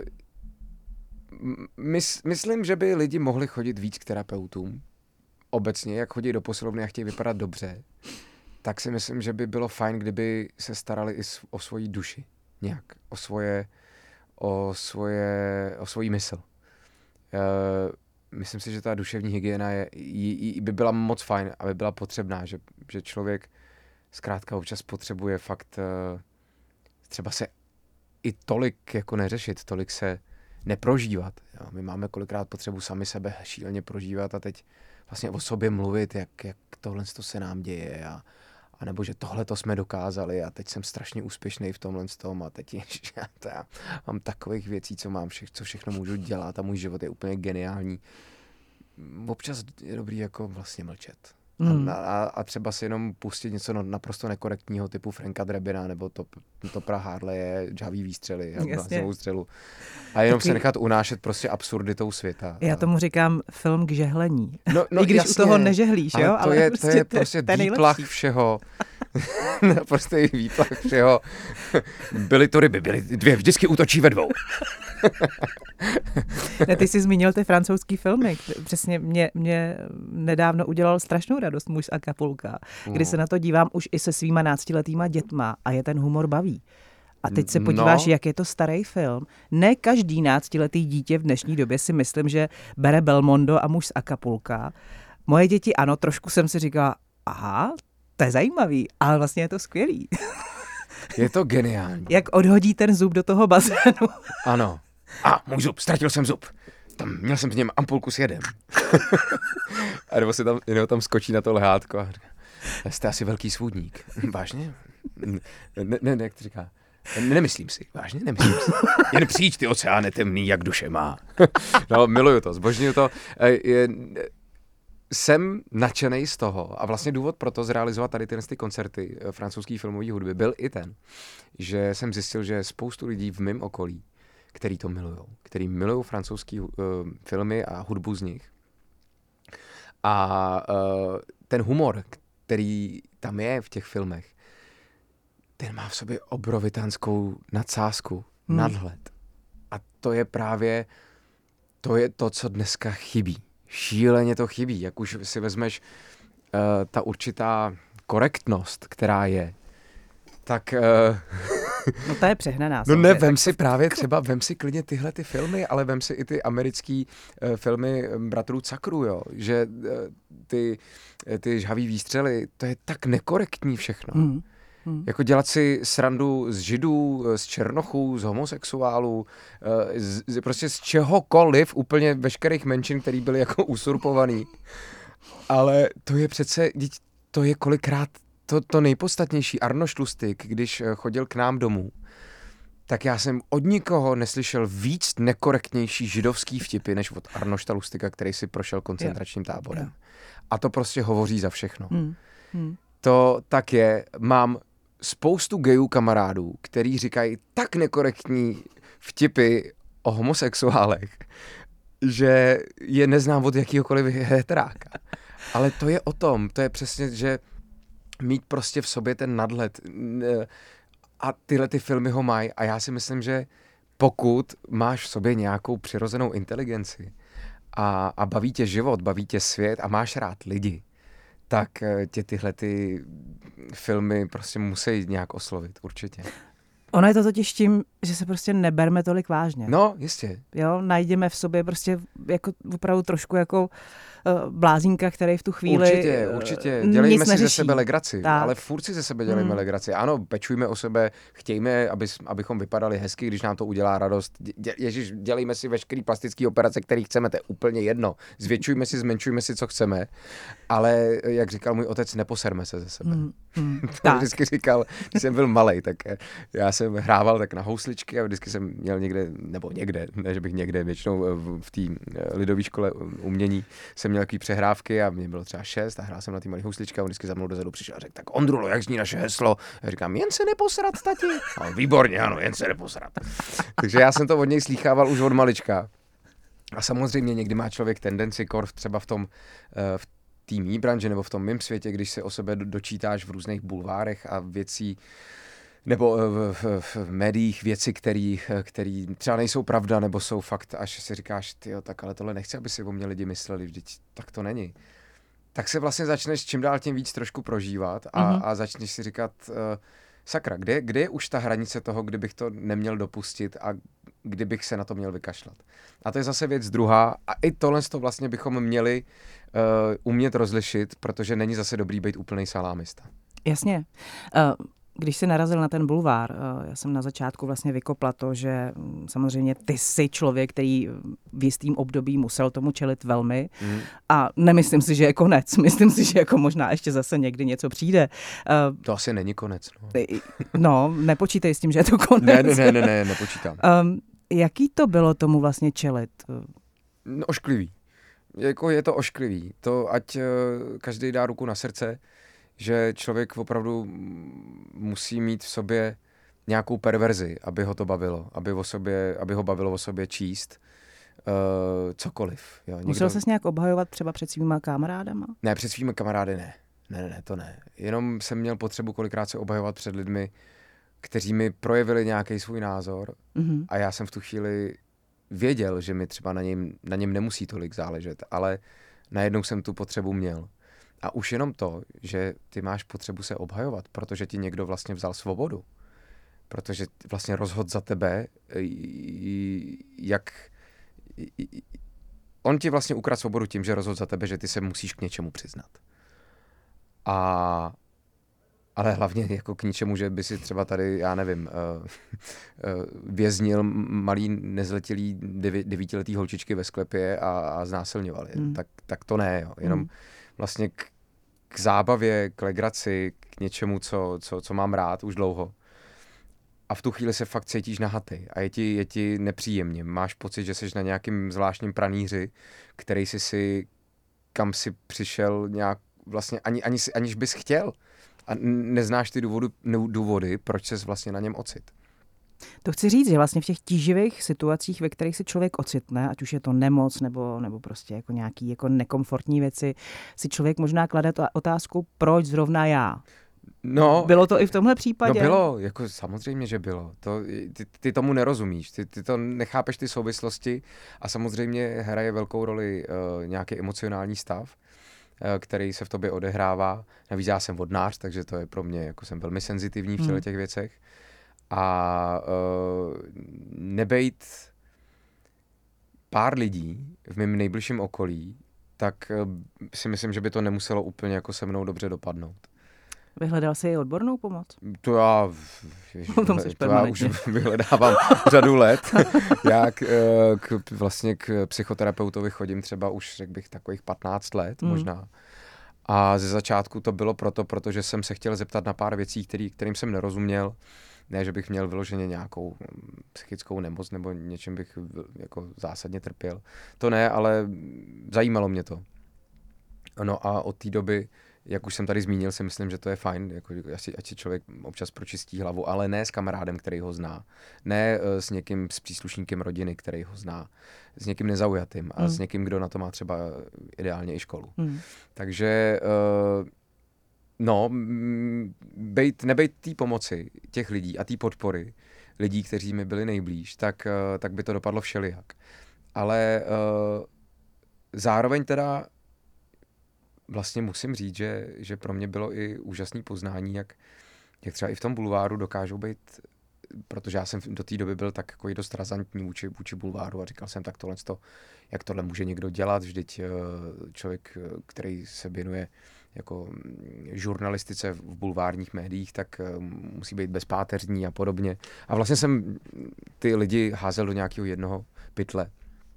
mys, myslím, že by lidi mohli chodit víc k terapeutům. Obecně, jak chodí do posilovny a chtějí vypadat dobře, tak si myslím, že by bylo fajn, kdyby se starali i o svoji duši. Nějak. O svoje, o svoje, o svoji mysl. Uh, myslím si, že ta duševní hygiena je, jí, jí by byla moc fajn, aby byla potřebná, že, že člověk zkrátka občas potřebuje fakt uh, třeba se i tolik jako neřešit, tolik se neprožívat. Jo. My máme kolikrát potřebu sami sebe šíleně prožívat a teď vlastně o sobě mluvit, jak, jak tohle se nám děje a, a nebo že tohle to jsme dokázali a teď jsem strašně úspěšný v tomhle tom a teď ježiš, já, já mám takových věcí, co mám, vše, co všechno můžu dělat a můj život je úplně geniální. Občas je dobrý jako vlastně mlčet. Mm. A, a, a třeba si jenom pustit něco naprosto nekorektního typu Franka Drebina nebo to, to pra Harleje, žhavý výstřely a bláznovou střelu. A jenom Taky... se nechat unášet prostě absurditou světa. Já tomu říkám film k žehlení. No, no, I když jasně, u toho nežehlíš, ale jo? To ale je, prostě to je prostě výplach všeho. Prostě výplach všeho. Byly to ryby, byly dvě, vždycky útočí ve dvou. Ne, ty jsi zmínil ty francouzský filmy. Přesně mě, mě nedávno udělal strašnou radost Muž z Acapulka, kdy se na to dívám už i se svýma náctiletýma dětma a je ten humor baví. A teď se podíváš, no. jak je to starý film. Ne každý náctiletý dítě v dnešní době si myslím, že bere Belmondo a Muž z Acapulka. Moje děti ano, trošku jsem si říkala, aha, to je zajímavý, ale vlastně je to skvělý. Je to geniální. Jak odhodí ten zub do toho bazénu. Ano. A můj zub, ztratil jsem zub. Tam měl jsem v něm ampulku s jedem. A nebo se tam, jenom tam skočí na to lehátko a říká, jste asi velký svůdník. Vážně? Ne, ne, ne, jak to říká. Nemyslím si, vážně nemyslím si. Jen přijď ty oceáne temný, jak duše má. No, miluju to, zbožňuju to. Je, jsem nadšenej z toho a vlastně důvod pro to zrealizovat tady tyhle ty koncerty francouzské filmové hudby byl i ten, že jsem zjistil, že spoustu lidí v mém okolí, který to milujou, který milují francouzský uh, filmy a hudbu z nich. A uh, ten humor, který tam je v těch filmech, ten má v sobě obrovitánskou nadsázku, hmm. nadhled. A to je právě, to je to, co dneska chybí. Šíleně to chybí. Jak už si vezmeš uh, ta určitá korektnost, která je, tak... Uh, No to je přehnaná. No ne, vem si právě třeba, vem si klidně tyhle ty filmy, ale vem si i ty americký uh, filmy bratrů Cakru, jo, že uh, ty, ty žhavý výstřely, to je tak nekorektní všechno. Mm. Hmm. Jako dělat si srandu z židů, z černochů, z homosexuálů, z, z, prostě z čehokoliv, úplně veškerých menšin, který byly jako usurpovaný. Ale to je přece, to je kolikrát to, to nejpodstatnější. Arnošt Lustig, když chodil k nám domů, tak já jsem od nikoho neslyšel víc nekorektnější židovský vtipy, než od Arnošta Lustiga, který si prošel koncentračním táborem. A to prostě hovoří za všechno. Hmm. Hmm. To tak je. Mám spoustu gayů kamarádů, který říkají tak nekorektní vtipy o homosexuálech, že je neznám od jakýhokoliv heteráka. Ale to je o tom, to je přesně, že mít prostě v sobě ten nadhled a tyhle ty filmy ho mají a já si myslím, že pokud máš v sobě nějakou přirozenou inteligenci a, a baví tě život, baví tě svět a máš rád lidi, tak tě tyhle ty filmy prostě musí nějak oslovit, určitě. Ono je to totiž tím, že se prostě neberme tolik vážně. No, jistě. Jo, najdeme v sobě prostě jako opravdu trošku jako uh, blázínka, který v tu chvíli Určitě, určitě. Dělejme si neřeší. ze sebe legraci, tak. ale furt si ze sebe dělejme hmm. legraci. Ano, pečujme o sebe, chtějme, aby, abychom vypadali hezky, když nám to udělá radost. Dě, ježiš, dělejme si veškerý plastický operace, který chceme, to je úplně jedno. Zvětšujme si, zmenšujme si, co chceme, ale jak říkal můj otec, neposerme se ze sebe. Hmm. Hmm. to vždycky říkal, když jsem byl malej, tak já jsem hrával tak na housličky a vždycky jsem měl někde, nebo někde, ne, že bych někde, většinou v, v té lidové škole umění jsem měl takový přehrávky a mě bylo třeba šest a hrál jsem na ty malé housličky a on vždycky za mnou dozadu přišel a řekl, tak Ondrulo, jak zní naše heslo? A já říkám, jen se neposrat, tati. A výborně, ano, jen se neposrat. Takže já jsem to od něj slýchával už od malička. A samozřejmě někdy má člověk tendenci kor třeba v tom, v té mý branži nebo v tom mým světě, když se o sebe dočítáš v různých bulvárech a věcí, nebo v, v, v médiích věci, které třeba nejsou pravda, nebo jsou fakt, až si říkáš, tyjo, tak ale tohle nechci, aby si o mě lidi mysleli, vždyť tak to není. Tak se vlastně začneš čím dál tím víc trošku prožívat a, mm-hmm. a začneš si říkat, uh, sakra, kde, kde je už ta hranice toho, kdybych to neměl dopustit a kdybych se na to měl vykašlat. A to je zase věc druhá a i tohle to vlastně bychom měli uh, umět rozlišit, protože není zase dobrý být úplnej salámista. Jasně. Uh... Když jsi narazil na ten bulvár, já jsem na začátku vlastně vykopla to, že samozřejmě ty jsi člověk, který v jistým období musel tomu čelit velmi mm. a nemyslím si, že je konec. Myslím si, že jako možná ještě zase někdy něco přijde. To asi není konec. No, no nepočítej s tím, že je to konec. Ne, ne, ne, ne, ne nepočítám. Um, jaký to bylo tomu vlastně čelit? No, ošklivý. Jako je to ošklivý. To ať uh, každý dá ruku na srdce, že člověk opravdu musí mít v sobě nějakou perverzi, aby ho to bavilo, aby, o sobě, aby ho bavilo o sobě číst uh, cokoliv. Jo, někdo... Musel ses nějak obhajovat třeba před svýma kamarádama? Ne, před svými kamarády ne. Ne, ne, ne, to ne. Jenom jsem měl potřebu kolikrát se obhajovat před lidmi, kteří mi projevili nějaký svůj názor mm-hmm. a já jsem v tu chvíli věděl, že mi třeba na něm, na něm nemusí tolik záležet, ale najednou jsem tu potřebu měl. A už jenom to, že ty máš potřebu se obhajovat, protože ti někdo vlastně vzal svobodu. Protože vlastně rozhodl za tebe, jak... On ti vlastně ukradl svobodu tím, že rozhodl za tebe, že ty se musíš k něčemu přiznat. A... Ale hlavně jako k ničemu, že by si třeba tady, já nevím, věznil malý nezletilý devi, devítiletý holčičky ve sklepě a, a znásilňoval je. Hmm. Tak, tak to ne, jo. Jenom hmm. vlastně k, k zábavě, k legraci, k něčemu, co, co, co mám rád už dlouho. A v tu chvíli se fakt cítíš nahatej a je ti, je ti nepříjemně. Máš pocit, že jsi na nějakým zvláštním pranýři, který jsi si, kam si přišel nějak vlastně, ani, ani, aniž bys chtěl. A neznáš ty důvody, důvody, proč ses vlastně na něm ocit. To chci říct, že vlastně v těch tíživých situacích, ve kterých se člověk ocitne, ať už je to nemoc nebo, nebo prostě jako nějaký jako nekomfortní věci, si člověk možná klade to otázku, proč zrovna já. No, bylo to i v tomhle případě? No bylo, jako samozřejmě, že bylo. To, ty, ty tomu nerozumíš, ty, ty to nechápeš ty souvislosti a samozřejmě hraje velkou roli uh, nějaký emocionální stav, který se v tobě odehrává. Navíc já jsem vodnář, takže to je pro mě, jako jsem velmi senzitivní v těchto těch věcech. A uh, nebejt pár lidí v mém nejbližším okolí, tak uh, si myslím, že by to nemuselo úplně jako se mnou dobře dopadnout. Vyhledal jsi i odbornou pomoc? To já, ježiš, to já už vyhledávám řadu let. Já k, k, vlastně k psychoterapeutovi chodím třeba už, řekl bych, takových patnáct let mm. možná. A ze začátku to bylo proto, protože jsem se chtěl zeptat na pár věcí, který, kterým jsem nerozuměl. Ne, že bych měl vyloženě nějakou psychickou nemoc nebo něčem bych jako zásadně trpěl. To ne, ale zajímalo mě to. No a od té doby, jak už jsem tady zmínil, si myslím, že to je fajn, jako, ať si člověk občas pročistí hlavu, ale ne s kamarádem, který ho zná. Ne uh, s někým, s příslušníkem rodiny, který ho zná. S někým nezaujatým a mm. s někým, kdo na to má třeba ideálně i školu. Mm. Takže uh, no, bejt, nebejt té pomoci těch lidí a té podpory lidí, kteří mi byli nejblíž, tak, uh, tak by to dopadlo všelijak. Ale uh, zároveň teda vlastně musím říct, že, že pro mě bylo i úžasné poznání, jak, jak třeba i v tom bulváru dokážou být, protože já jsem do té doby byl tak jako i dost razantní vůči, vůči bulváru a říkal jsem, tak tohle, jak tohle může někdo dělat, vždyť člověk, který se věnuje jako žurnalistice v bulvárních médiích, tak musí být bezpáteřní a podobně. A vlastně jsem ty lidi házel do nějakého jednoho pytle.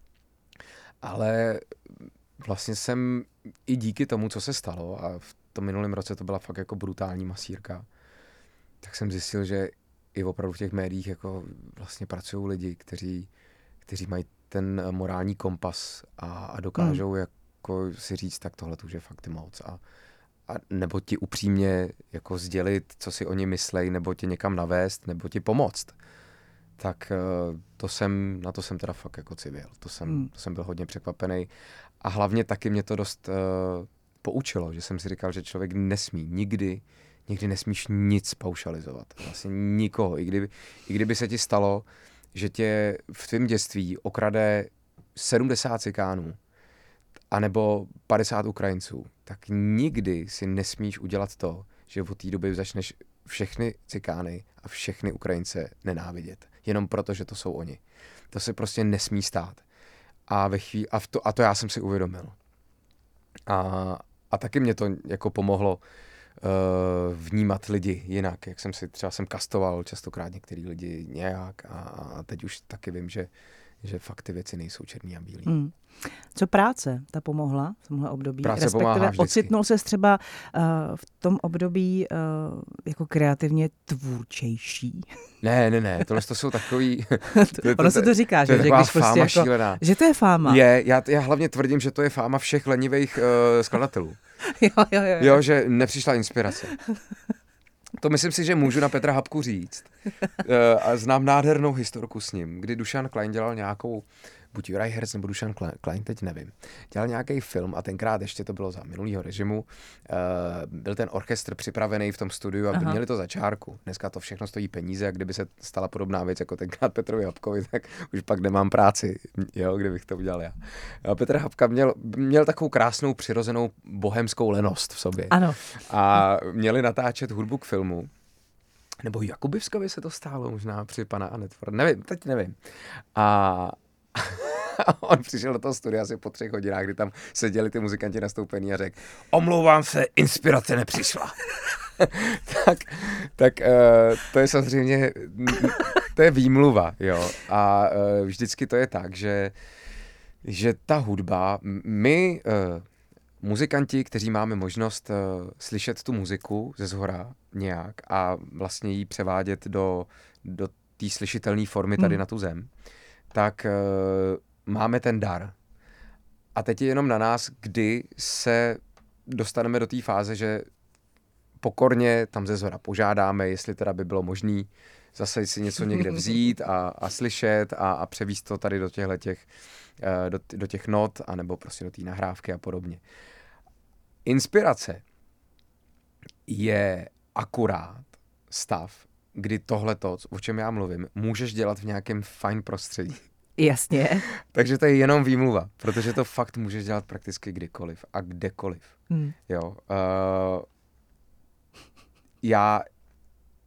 Ale vlastně jsem i díky tomu, co se stalo, a v tom minulém roce to byla fakt jako brutální masírka, tak jsem zjistil, že i opravdu v těch médiích jako vlastně pracují lidi, kteří, kteří mají ten morální kompas a, a dokážou hmm. jako si říct, tak tohle už je fakt moc. A, a nebo ti upřímně jako sdělit, co si oni myslejí, nebo tě někam navést, nebo ti pomoct. Tak to jsem, na to jsem teda fakt jako civil. To jsem, hmm. to jsem byl hodně překvapený. A hlavně taky mě to dost uh, poučilo, že jsem si říkal, že člověk nesmí nikdy, nikdy nesmíš nic paušalizovat. Vlastně nikoho. I kdyby, i kdyby se ti stalo, že tě v tvém dětství okrade sedmdesát cikánů anebo padesát Ukrajinců, tak nikdy si nesmíš udělat to, že od té doby začneš všechny cikány a všechny Ukrajince nenávidět. Jenom proto, že to jsou oni. To se prostě nesmí stát. A, ve chvíli, a, v to, a to já jsem si uvědomil. A, a taky mě to jako pomohlo uh, vnímat lidi jinak. Jak jsem si třeba jsem kastoval častokrát některý lidi nějak a, a teď už taky vím, že, že fakt ty věci nejsou černý a bílý. Hmm. Co práce ta pomohla v tomhle období? Práce respektive ocitnul ses třeba uh, v tom období uh, jako kreativně tvůrčejší? Ne, ne, ne, tohle to jsou takový... Ono se to říká, že, že když prostě jako, že to je fáma. Je, já, já hlavně tvrdím, že to je fáma všech lenivých uh, skladatelů. jo, jo, jo, jo. Jo, že nepřišla inspirace. To myslím si, že můžu na Petra Habku říct. Uh, a znám nádhernou historku s ním, kdy Dušan Klein dělal nějakou, buď Juraj Herz nebo Dušan Klein, teď nevím, dělal nějaký film a tenkrát ještě to bylo za minulýho režimu. Uh, byl ten orchestr připravený v tom studiu, aby Aha. měli to za čárku. Dneska to všechno stojí peníze a kdyby se stala podobná věc jako tenkrát Petrovi Habkovi, tak už pak nemám práci, jo, kdybych to udělal já. A Petr Habka měl, měl takovou krásnou přirozenou bohemskou lenost v sobě. Ano. A měli natáčet hudbu k filmu. Nebo Jakubivskovi se to stálo možná při pana Anetvor, nevím, teď nevím. A on přišel do toho studia asi po třech hodinách, kdy tam seděli ty muzikanti nastoupení a řekl, omlouvám se, inspirace nepřišla. tak tak uh, to je samozřejmě, to je výmluva, jo. A uh, vždycky to je tak, že, že ta hudba, my uh, muzikanti, kteří máme možnost uh, slyšet tu muziku ze zhora nějak a vlastně ji převádět do, do té slyšitelné formy tady hmm. na tu zem, tak uh, máme ten dar. A teď je jenom na nás, kdy se dostaneme do té fáze, že pokorně tam ze zhora požádáme, jestli teda by bylo možné zase si něco někde vzít a, a slyšet a, a převíst to tady do těchto těch, uh, do, do těch not, anebo prostě do té nahrávky a podobně. Inspirace je akurát stav, kdy tohleto, o čem já mluvím, můžeš dělat v nějakém fajn prostředí. Jasně. Takže to je jenom výmluva, protože to fakt můžeš dělat prakticky kdykoliv a kdekoliv. Hmm. Jo. Uh, já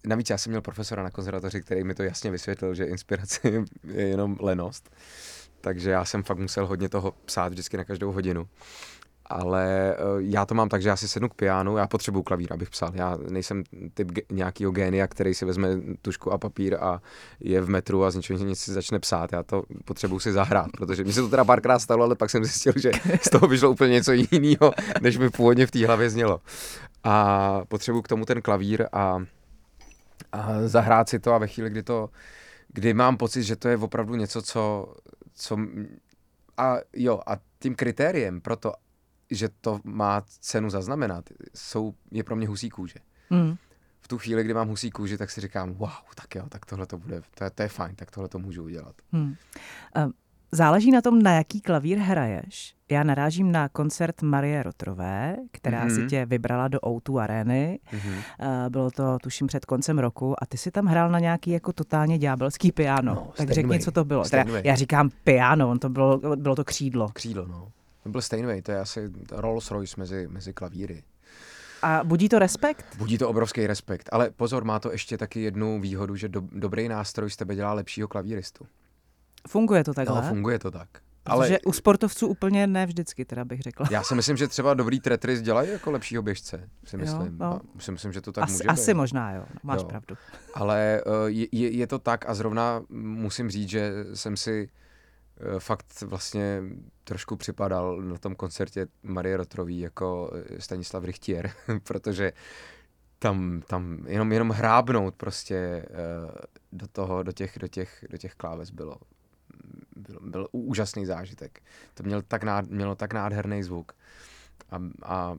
navíc já jsem měl profesora na konzervatoři, který mi to jasně vysvětlil, že inspirace je jenom lenost. Takže já jsem fakt musel hodně toho psát vždycky na každou hodinu. Ale já to mám tak, že já si sednu k pianu, já potřebuju klavír, abych psal. Já nejsem typ ge- nějakýho génia, který si vezme tužku a papír a je v metru a z ničeho nic si začne psát. Já to potřebuju si zahrát, protože mi se to teda párkrát stalo, ale pak jsem zjistil, že z toho vyšlo úplně něco jiného, než mi původně v té hlavě znělo. A potřebuju k tomu ten klavír a, a zahrát si to a ve chvíli, kdy to, kdy mám pocit, že to je opravdu něco, co, co a jo, a tím kritériem pro to, že to má cenu zaznamenat, jsou, je pro mě husí kůže. Mm. V tu chvíli, kdy mám husí kůži, tak si říkám, wow, tak jo, tak tohle to bude, to je, to je fajn, tak tohle to můžu udělat. Mm. Záleží na tom, na jaký klavír hraješ. Já narážím na koncert Marie Rotrové, která mm-hmm. si tě vybrala do ó dva Arény. Mm-hmm. Bylo to, tuším, před koncem roku a ty si tam hrál na nějaký jako totálně ďábelský piano. No, tak řekni, co to bylo. Teda, já říkám piano, on to bylo, bylo to křídlo. Křídlo, no. To byl Steinway, to je asi Rolls Royce mezi, mezi klavíry. A budí to respekt? Budí to obrovský respekt, ale pozor, má to ještě taky jednu výhodu, že do, dobrý nástroj z tebe dělá lepšího klavíristu. Funguje to takhle? No, funguje to tak. Ale protože u sportovců úplně ne vždycky, teda bych řekla. Já si myslím, že třeba dobrý Tetris dělají jako lepšího běžce, si myslím. Jo, no. si myslím, že to tak asi, může asi být. možná, jo, máš jo. pravdu. Ale je, je to tak a zrovna musím říct, že jsem si fakt vlastně trošku připadal na tom koncertě Marie Rotrový jako Stanislav Richtier, protože tam, tam jenom, jenom hrábnout prostě do toho, do těch, do těch, do těch kláves bylo, byl, byl úžasný zážitek. To měl tak nád, mělo tak nádherný zvuk a, a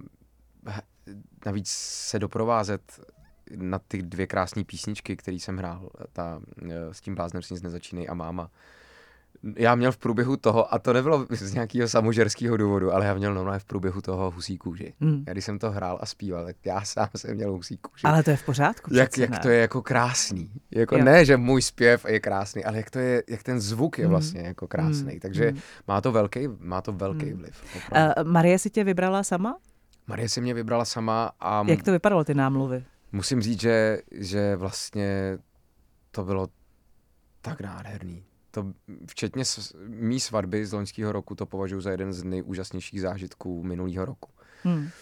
navíc se doprovázet na ty dvě krásné písničky, které jsem hrál, ta S tím bláznem si nic nezačínej a Máma. Já měl v průběhu toho, a to nebylo z nějakého samožerského důvodu, ale já měl normálně v průběhu toho husí kůži. Mm. Já když jsem to hrál a zpíval, tak já sám jsem měl husí kůži. Ale to je v pořádku. Jak, jak to je jako krásný. Jako ne, že můj zpěv je krásný, ale jak to je, jak ten zvuk je vlastně mm. jako krásný. Mm. Takže mm. má to velký, má to velký mm. vliv. Uh, Marie si tě vybrala sama? Marie si mě vybrala sama a... Jak to vypadalo, ty námluvy? Musím říct, že, že vlastně to bylo tak nádherný. To včetně mý svatby z loňského roku to považuji za jeden z nejúžasnějších zážitků minulého roku. Hmm. Uh,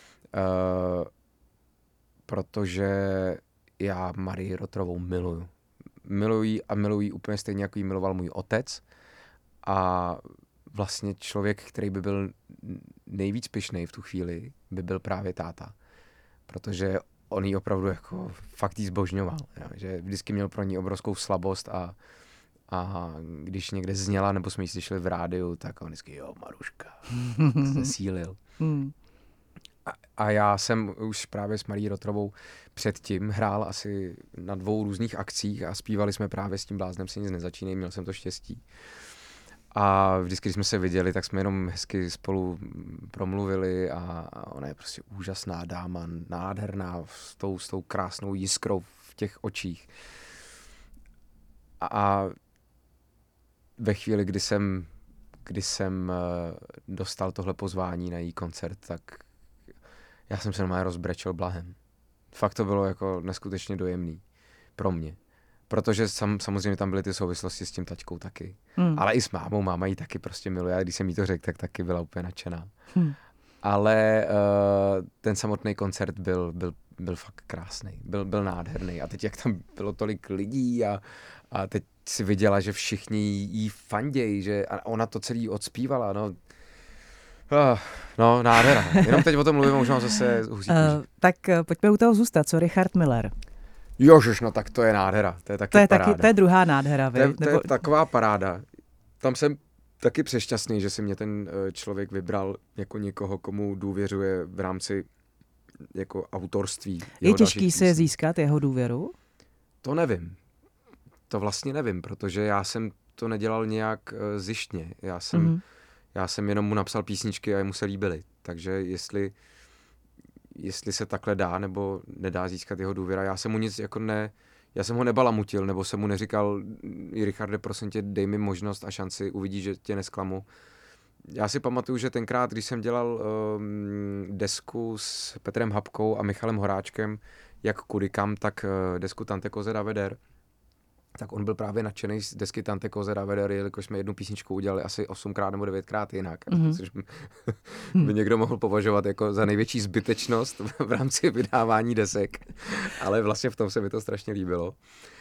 protože já Marii Rotrovou miluju. Miluji a miluji úplně stejně, jako ji miloval můj otec. A vlastně člověk, který by byl nejvíc pyšnej v tu chvíli, by byl právě táta. Protože on ji opravdu jako fakt jí zbožňoval. Že vždycky měl pro ní obrovskou slabost a A když někde zněla, nebo jsme ji slyšeli v rádiu, tak on vždycky, jo, Maruška, se sílil. Hmm. A, a já jsem už právě s Marí Rotrovou předtím hrál asi na dvou různých akcích a zpívali jsme právě S tím bláznem si nic nezačínej, měl jsem to štěstí. A vždycky, když jsme se viděli, tak jsme jenom hezky spolu promluvili a ona je prostě úžasná dáma, nádherná, s tou, s tou krásnou jiskrou v těch očích. A, a ve chvíli, kdy jsem, kdy jsem dostal tohle pozvání na její koncert, tak já jsem se normálně rozbrečel blahem. Fakt to bylo jako neskutečně dojemný pro mě. Protože sam, samozřejmě tam byly ty souvislosti s tím taťkou taky. Hmm. Ale i s mámou, máma ji taky prostě miluje. A když jsem jí to řekl, tak taky byla úplně nadšená. Hmm. Ale uh, ten samotný koncert byl, byl, byl fakt krásný. Byl, byl nádherný. A teď, jak tam bylo tolik lidí a, a teď si viděla, že všichni jí fandějí, že a ona to celý odspívala, no. Oh, no, nádhera. Jenom teď o tom mluvím, už mám zase husí kůži. Uh, tak uh, pojďme u toho zůstat. Co Richard Miller? Jožiš, no tak to je nádhera. To je taky to je paráda. Taky, to je druhá nádhera, vy? To je, to je taková paráda. Tam jsem taky přešťastný, že si mě ten člověk vybral jako někoho, komu důvěřuje v rámci jako autorství. Je těžký si získat jeho důvěru? To nevím. To vlastně nevím, protože já jsem to nedělal nějak zjištně. Já jsem, mm-hmm. já jsem jenom mu napsal písničky a mu se líbily. Takže jestli, jestli se takhle dá nebo nedá získat jeho důvěra, já jsem mu nic jako ne... Já jsem ho nebalamutil, nebo jsem mu neříkal, Richarde, prosím tě, dej mi možnost a šanci, uvidíš, že tě nesklamu. Já si pamatuju, že tenkrát, když jsem dělal um, desku s Petrem Habkou a Michalem Horáčkem, jak kudy kam, tak desku Tante Koze Daveder, tak on byl právě nadšený z desky Tante Koze Daveder, jelikož jsme jednu písničku udělali asi osmkrát nebo devětkrát jinak, mm-hmm. což by, by někdo mohl považovat jako za největší zbytečnost v rámci vydávání desek, ale vlastně v tom se mi to strašně líbilo.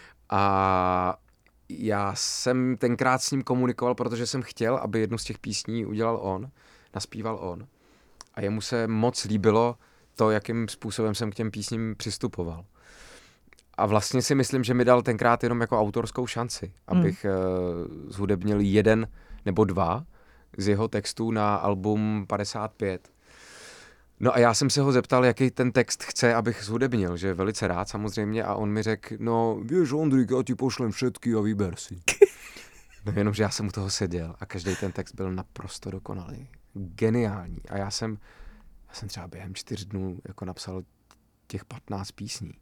A já jsem tenkrát s ním komunikoval, protože jsem chtěl, aby jednu z těch písní udělal on, naspíval on. A jemu se moc líbilo to, jakým způsobem jsem k těm písním přistupoval. A vlastně si myslím, že mi dal tenkrát jenom jako autorskou šanci, abych hmm. zhudebnil jeden nebo dva z jeho textů na album padesát pět. No a já jsem se ho zeptal, jaký ten text chce, abych zhudebnil, že velice rád samozřejmě, a on mi řekl, no víš, Ondrik, já ti pošlem všetky a vyber si. No jenom, že já jsem u toho seděl a každý ten text byl naprosto dokonalý, geniální. A já jsem, já jsem třeba během čtyř dnů jako napsal těch patnáct písní.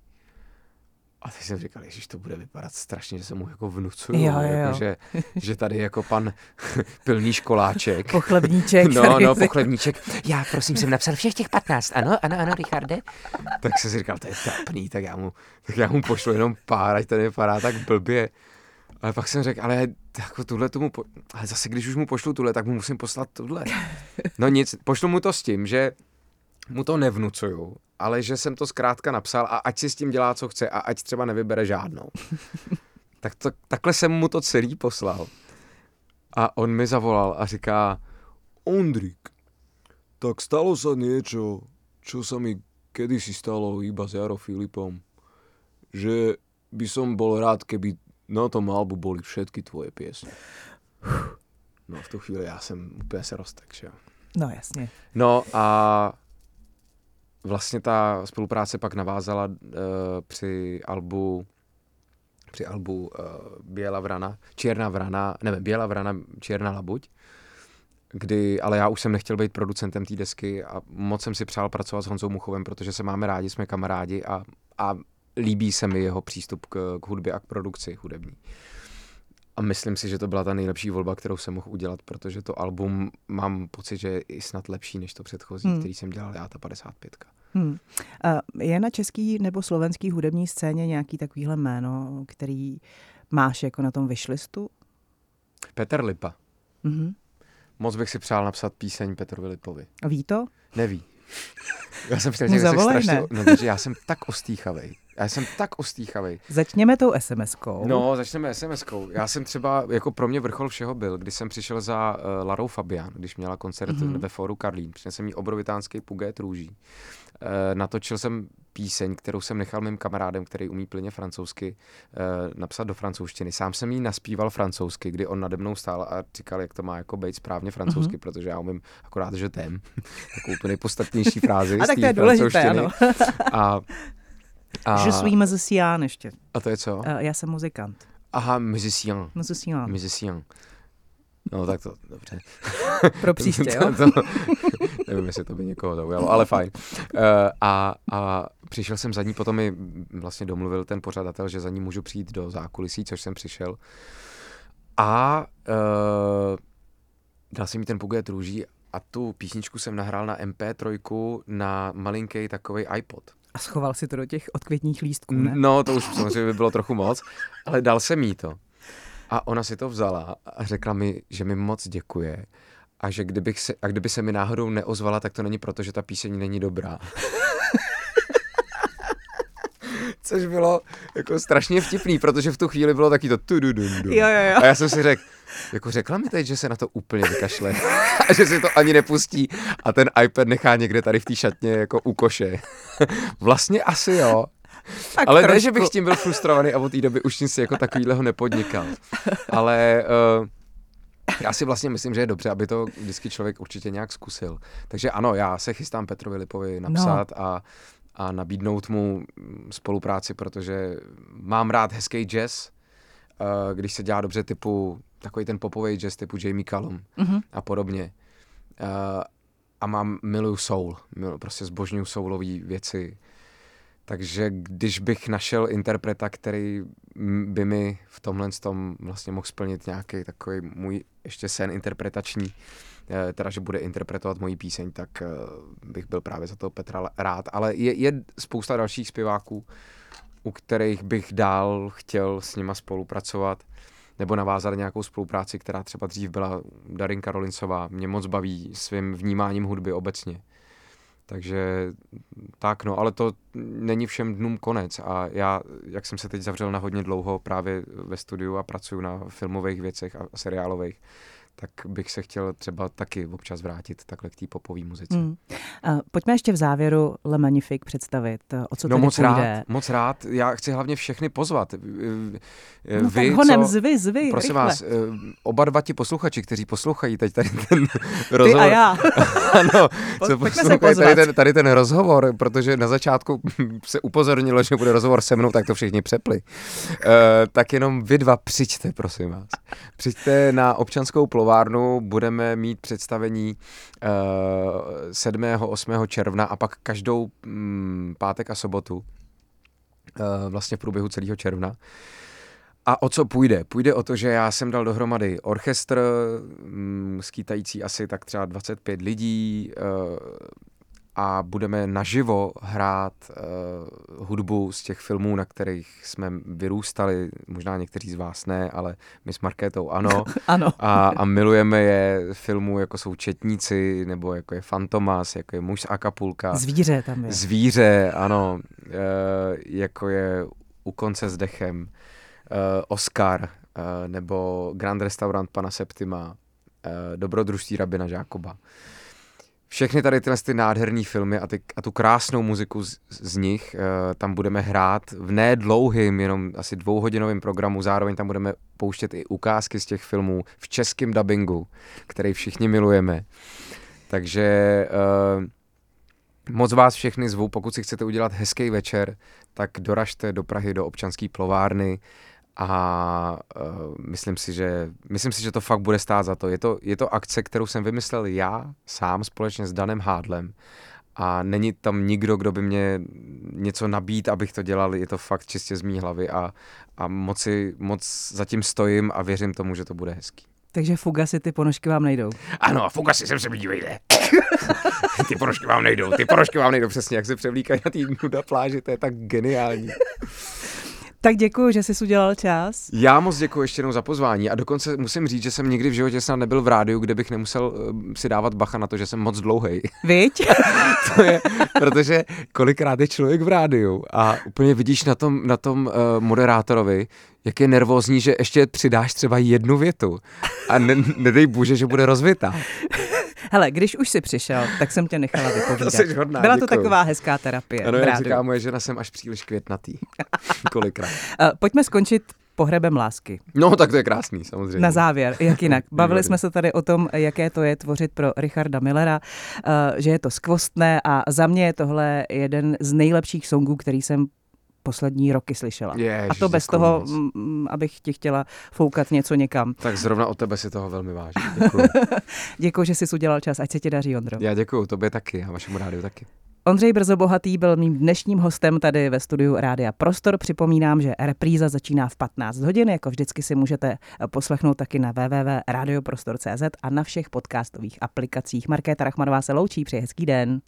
A teď jsem říkal, ježiš, to bude vypadat strašně, že se mu jako vnucuju, jo, jo. Jako, že, že tady jako pan pilný školáček. Pochlebníček. No, no, pochlebníček. Já prosím jsem napsal všech těch patnáct, ano, ano, ano, Richarde. Tak jsem si říkal, to je trapný, tak já mu, tak já mu pošlu jenom pár, ať to nevypadá tak blbě. Ale pak jsem řekl, ale jako tuhle tomu, po... ale zase když už mu pošlu tuhle, tak mu musím poslat tuhle. No nic, pošlu mu to s tím, že mu to nevnucuju, ale že jsem to zkrátka napsal a ať si s tím dělá, co chce a ať třeba nevybere žádnou. Tak to, takhle jsem mu to celý poslal. A on mi zavolal a říká, Ondrik, tak stalo sa niečo, čo sa mi kedysi stalo iba s Jaro Filipom, že by som bol rád, keby na tom albu boli všetky tvoje piesne. No v tu chvíli já jsem úplně se roztek, že jo. No jasně. No a vlastně ta spolupráce pak navázala uh, při albu při albu uh, Běla vrana, Čierna vrana, nevím, Běla vrana, Čierna labuť, kdy, ale já už jsem nechtěl být producentem té desky a moc jsem si přál pracovat s Honzou Muchovem, protože se máme rádi, jsme kamarádi a, a líbí se mi jeho přístup k, k hudbě a k produkci hudební. A myslím si, že to byla ta nejlepší volba, kterou jsem mohl udělat, protože to album mám pocit, že je i snad lepší než to předchozí, hmm. který jsem dělal já, ta padesát pět. Hmm. Je na český nebo slovenský hudební scéně nějaký takovýhle jméno, který máš jako na tom wishlistu? Petr Lipa. Mm-hmm. Moc bych si přál napsat píseň Petrovi Lipovi. A ví to? Neví. Já jsem chtěl říct, že strašně, no, takže já jsem tak ostýchavej. Já jsem tak ostýchavej. Začněme tou es em eskou. No, začneme es em eskou. Já jsem třeba, jako pro mě vrchol všeho byl, když jsem přišel za uh, Larou Fabian, když měla koncert mm-hmm. ve Fóru Karlín. Přinesl mi obrovitánský pugét růží. Uh, natočil jsem píseň, kterou jsem nechal mým kamarádem, který umí plně francouzsky, uh, napsat do francouzštiny. Sám jsem jí naspíval francouzsky, kdy on nade mnou stál a říkal, jak to má jako být správně francouzsky, mm-hmm. protože já umím akorát, že tém. Takovou to nejpodstatnější frázi. A tak to je důležité, ano. a A... Je suis musicien ještě. A to je co? Uh, já jsem muzikant. Aha, musicien. Musicien. Musicien. No tak to, dobře. Pro příště, jo? to, to, nevím, jestli to by někoho zaujalo, ale fajn. Uh, a, a přišel jsem za ní, potom mi vlastně domluvil ten pořadatel, že za ní můžu přijít do zákulisí, což jsem přišel. A uh, dal jsem mi ten pugét růží a tu písničku jsem nahrál na em pé tři na malinký takovej iPod. A schoval si to do těch odkvětních lístků, ne? No, to už samozřejmě by bylo trochu moc, ale dal jsem jí to. A ona si to vzala a řekla mi, že mi moc děkuje a že kdybych se, a kdyby se mi náhodou neozvala, tak to není proto, že ta píseň není dobrá. Což bylo jako strašně vtipný, protože v tu chvíli bylo taky to tududundu. Jo, jo, jo. A já jsem si řekl, jako řekla mi teď, že se na to úplně vykašle a že si to ani nepustí a ten iPad nechá někde tady v té šatně jako u koše. Vlastně asi jo. Tak ale trošku. Ne, že bych tím byl frustrovaný a od té doby už nic jako takovýhleho nepodnikal. Ale uh, já si vlastně myslím, že je dobře, aby to vždycky člověk určitě nějak zkusil. Takže ano, já se chystám Petrovi Lipovi napsat no. a, a nabídnout mu spolupráci, protože mám rád hezký jazz, uh, když se dělá dobře typu, takový ten popový jazz typu Jamie Cullum mm-hmm. a podobně. Uh, a mám, miluju soul, miluju, prostě zbožňuju soulový věci. Takže když bych našel interpreta, který by mi v tomhle tom vlastně mohl splnit nějaký takový můj ještě sen interpretační, teda, že bude interpretovat moji píseň, tak bych byl právě za toho Petra rád. Ale je, je spousta dalších zpěváků, u kterých bych dál chtěl s nima spolupracovat nebo navázat nějakou spolupráci, která třeba dřív byla Darinka Rolincová. Mě moc baví svým vnímáním hudby obecně. Takže tak no, ale to není všem dnům konec a já, jak jsem se teď zavřel na hodně dlouho právě ve studiu a pracuji na filmových věcech a seriálových, tak bych se chtěl třeba taky občas vrátit takhle k té popové muzice. Hmm. Uh, pojďme ještě v závěru Le Magnifique představit, o co no, tedy moc půjde. rád, moc rád. Já chci hlavně všechny pozvat. No Vy, tak honem, co, zvy, zvy, prosím rychle. vás, oba dva ti posluchači, kteří poslouchají teď tady ten rozhovor. Ty a já. Ano, co Pojďme se pozvat. tady ten, tady ten rozhovor, protože na začátku se upozornilo, že bude rozhovor se mnou, tak to všichni přepli. Uh, tak jenom vy dva přijďte, prosím vás. Přijďte na Občanskou plovárnu, budeme mít představení uh, sedmého osmého června a pak každou um, pátek a sobotu, uh, vlastně v průběhu celého června. A o co půjde? Půjde o to, že já jsem dal dohromady orchestr, um, skýtající asi tak třeba dvacet pět lidí uh, a budeme naživo hrát uh, hudbu z těch filmů, na kterých jsme vyrůstali, možná někteří z vás ne, ale my s Markétou ano. Ano. A, a milujeme je filmů, jako jsou Četníci, nebo jako je Fantomas, jako je Muž z Acapulka. Zvíře tam je. Zvíře, ano. Uh, jako je U konce s dechem. Uh, Oscar, uh, nebo Grand Restaurant pana Septima, uh, Dobrodružství rabina Žákoba. Všechny tady tyhle ty nádherný filmy a, ty, a tu krásnou muziku z, z nich uh, tam budeme hrát v nedlouhým, jenom asi dvouhodinovém programu, zároveň tam budeme pouštět i ukázky z těch filmů v českém dabingu, který všichni milujeme. Takže uh, moc vás všechny zvu, pokud si chcete udělat hezký večer, tak doražte do Prahy do Občanské plovárny a uh, myslím si, že myslím si, že to fakt bude stát za to. Je to, je to akce, kterou jsem vymyslel já sám společně s Danem Hádlem a není tam nikdo, kdo by mě něco nabít, abych to dělal, je to fakt čistě z mý hlavy a, a moc, si, moc zatím stojím a věřím tomu, že to bude hezký. Takže fugasy, ty ponožky vám nejdou. Ano, fugasy sem se mi dívejte. Ty ponožky vám nejdou, ty ponožky vám nejdou, přesně jak se převlíkají na té nuda pláži, to je tak geniální. Tak děkuji, že jsi udělal čas. Já moc děkuji ještě jednou za pozvání a dokonce musím říct, že jsem nikdy v životě snad nebyl v rádiu, kde bych nemusel uh, si dávat bacha na to, že jsem moc dlouhej. Viď? To je, protože kolikrát je člověk v rádiu a úplně vidíš na tom, na tom uh, moderátorovi, jak je nervózní, že ještě přidáš třeba jednu větu a ne, nedej bože, že bude rozvitá. Hele, když už jsi přišel, tak jsem tě nechala vypovídat. Jsi hodná, Byla děkuju. to taková hezká terapie. Ano, jak říká moje žena, jsem až příliš květnatý. Kolikrát. Uh, pojďme skončit pohřebem lásky. No, tak to je krásný, samozřejmě. Na závěr, jak jinak. Bavili jsme se tady o tom, jaké to je tvořit pro Richarda Millera, uh, že je to skvostné a za mě je tohle jeden z nejlepších songů, který jsem poslední roky slyšela. Ježiš, a to bez toho, moc. m, abych ti chtěla foukat něco někam. Tak zrovna od tebe si toho velmi vážím. Děkuju. Děkuji, že jsi udělal čas, ať se ti daří, Ondro. Já děkuju, tobě taky a vašemu rádiu taky. Ondřej Brzobohatý byl mým dnešním hostem tady ve studiu Rádia Prostor. Připomínám, že repríza začíná v patnáct hodin, jako vždycky si můžete poslechnout taky na w w w tečka radioprostor tečka c z a na všech podcastových aplikacích. Markéta Rachmanová se loučí, přeji hezký den.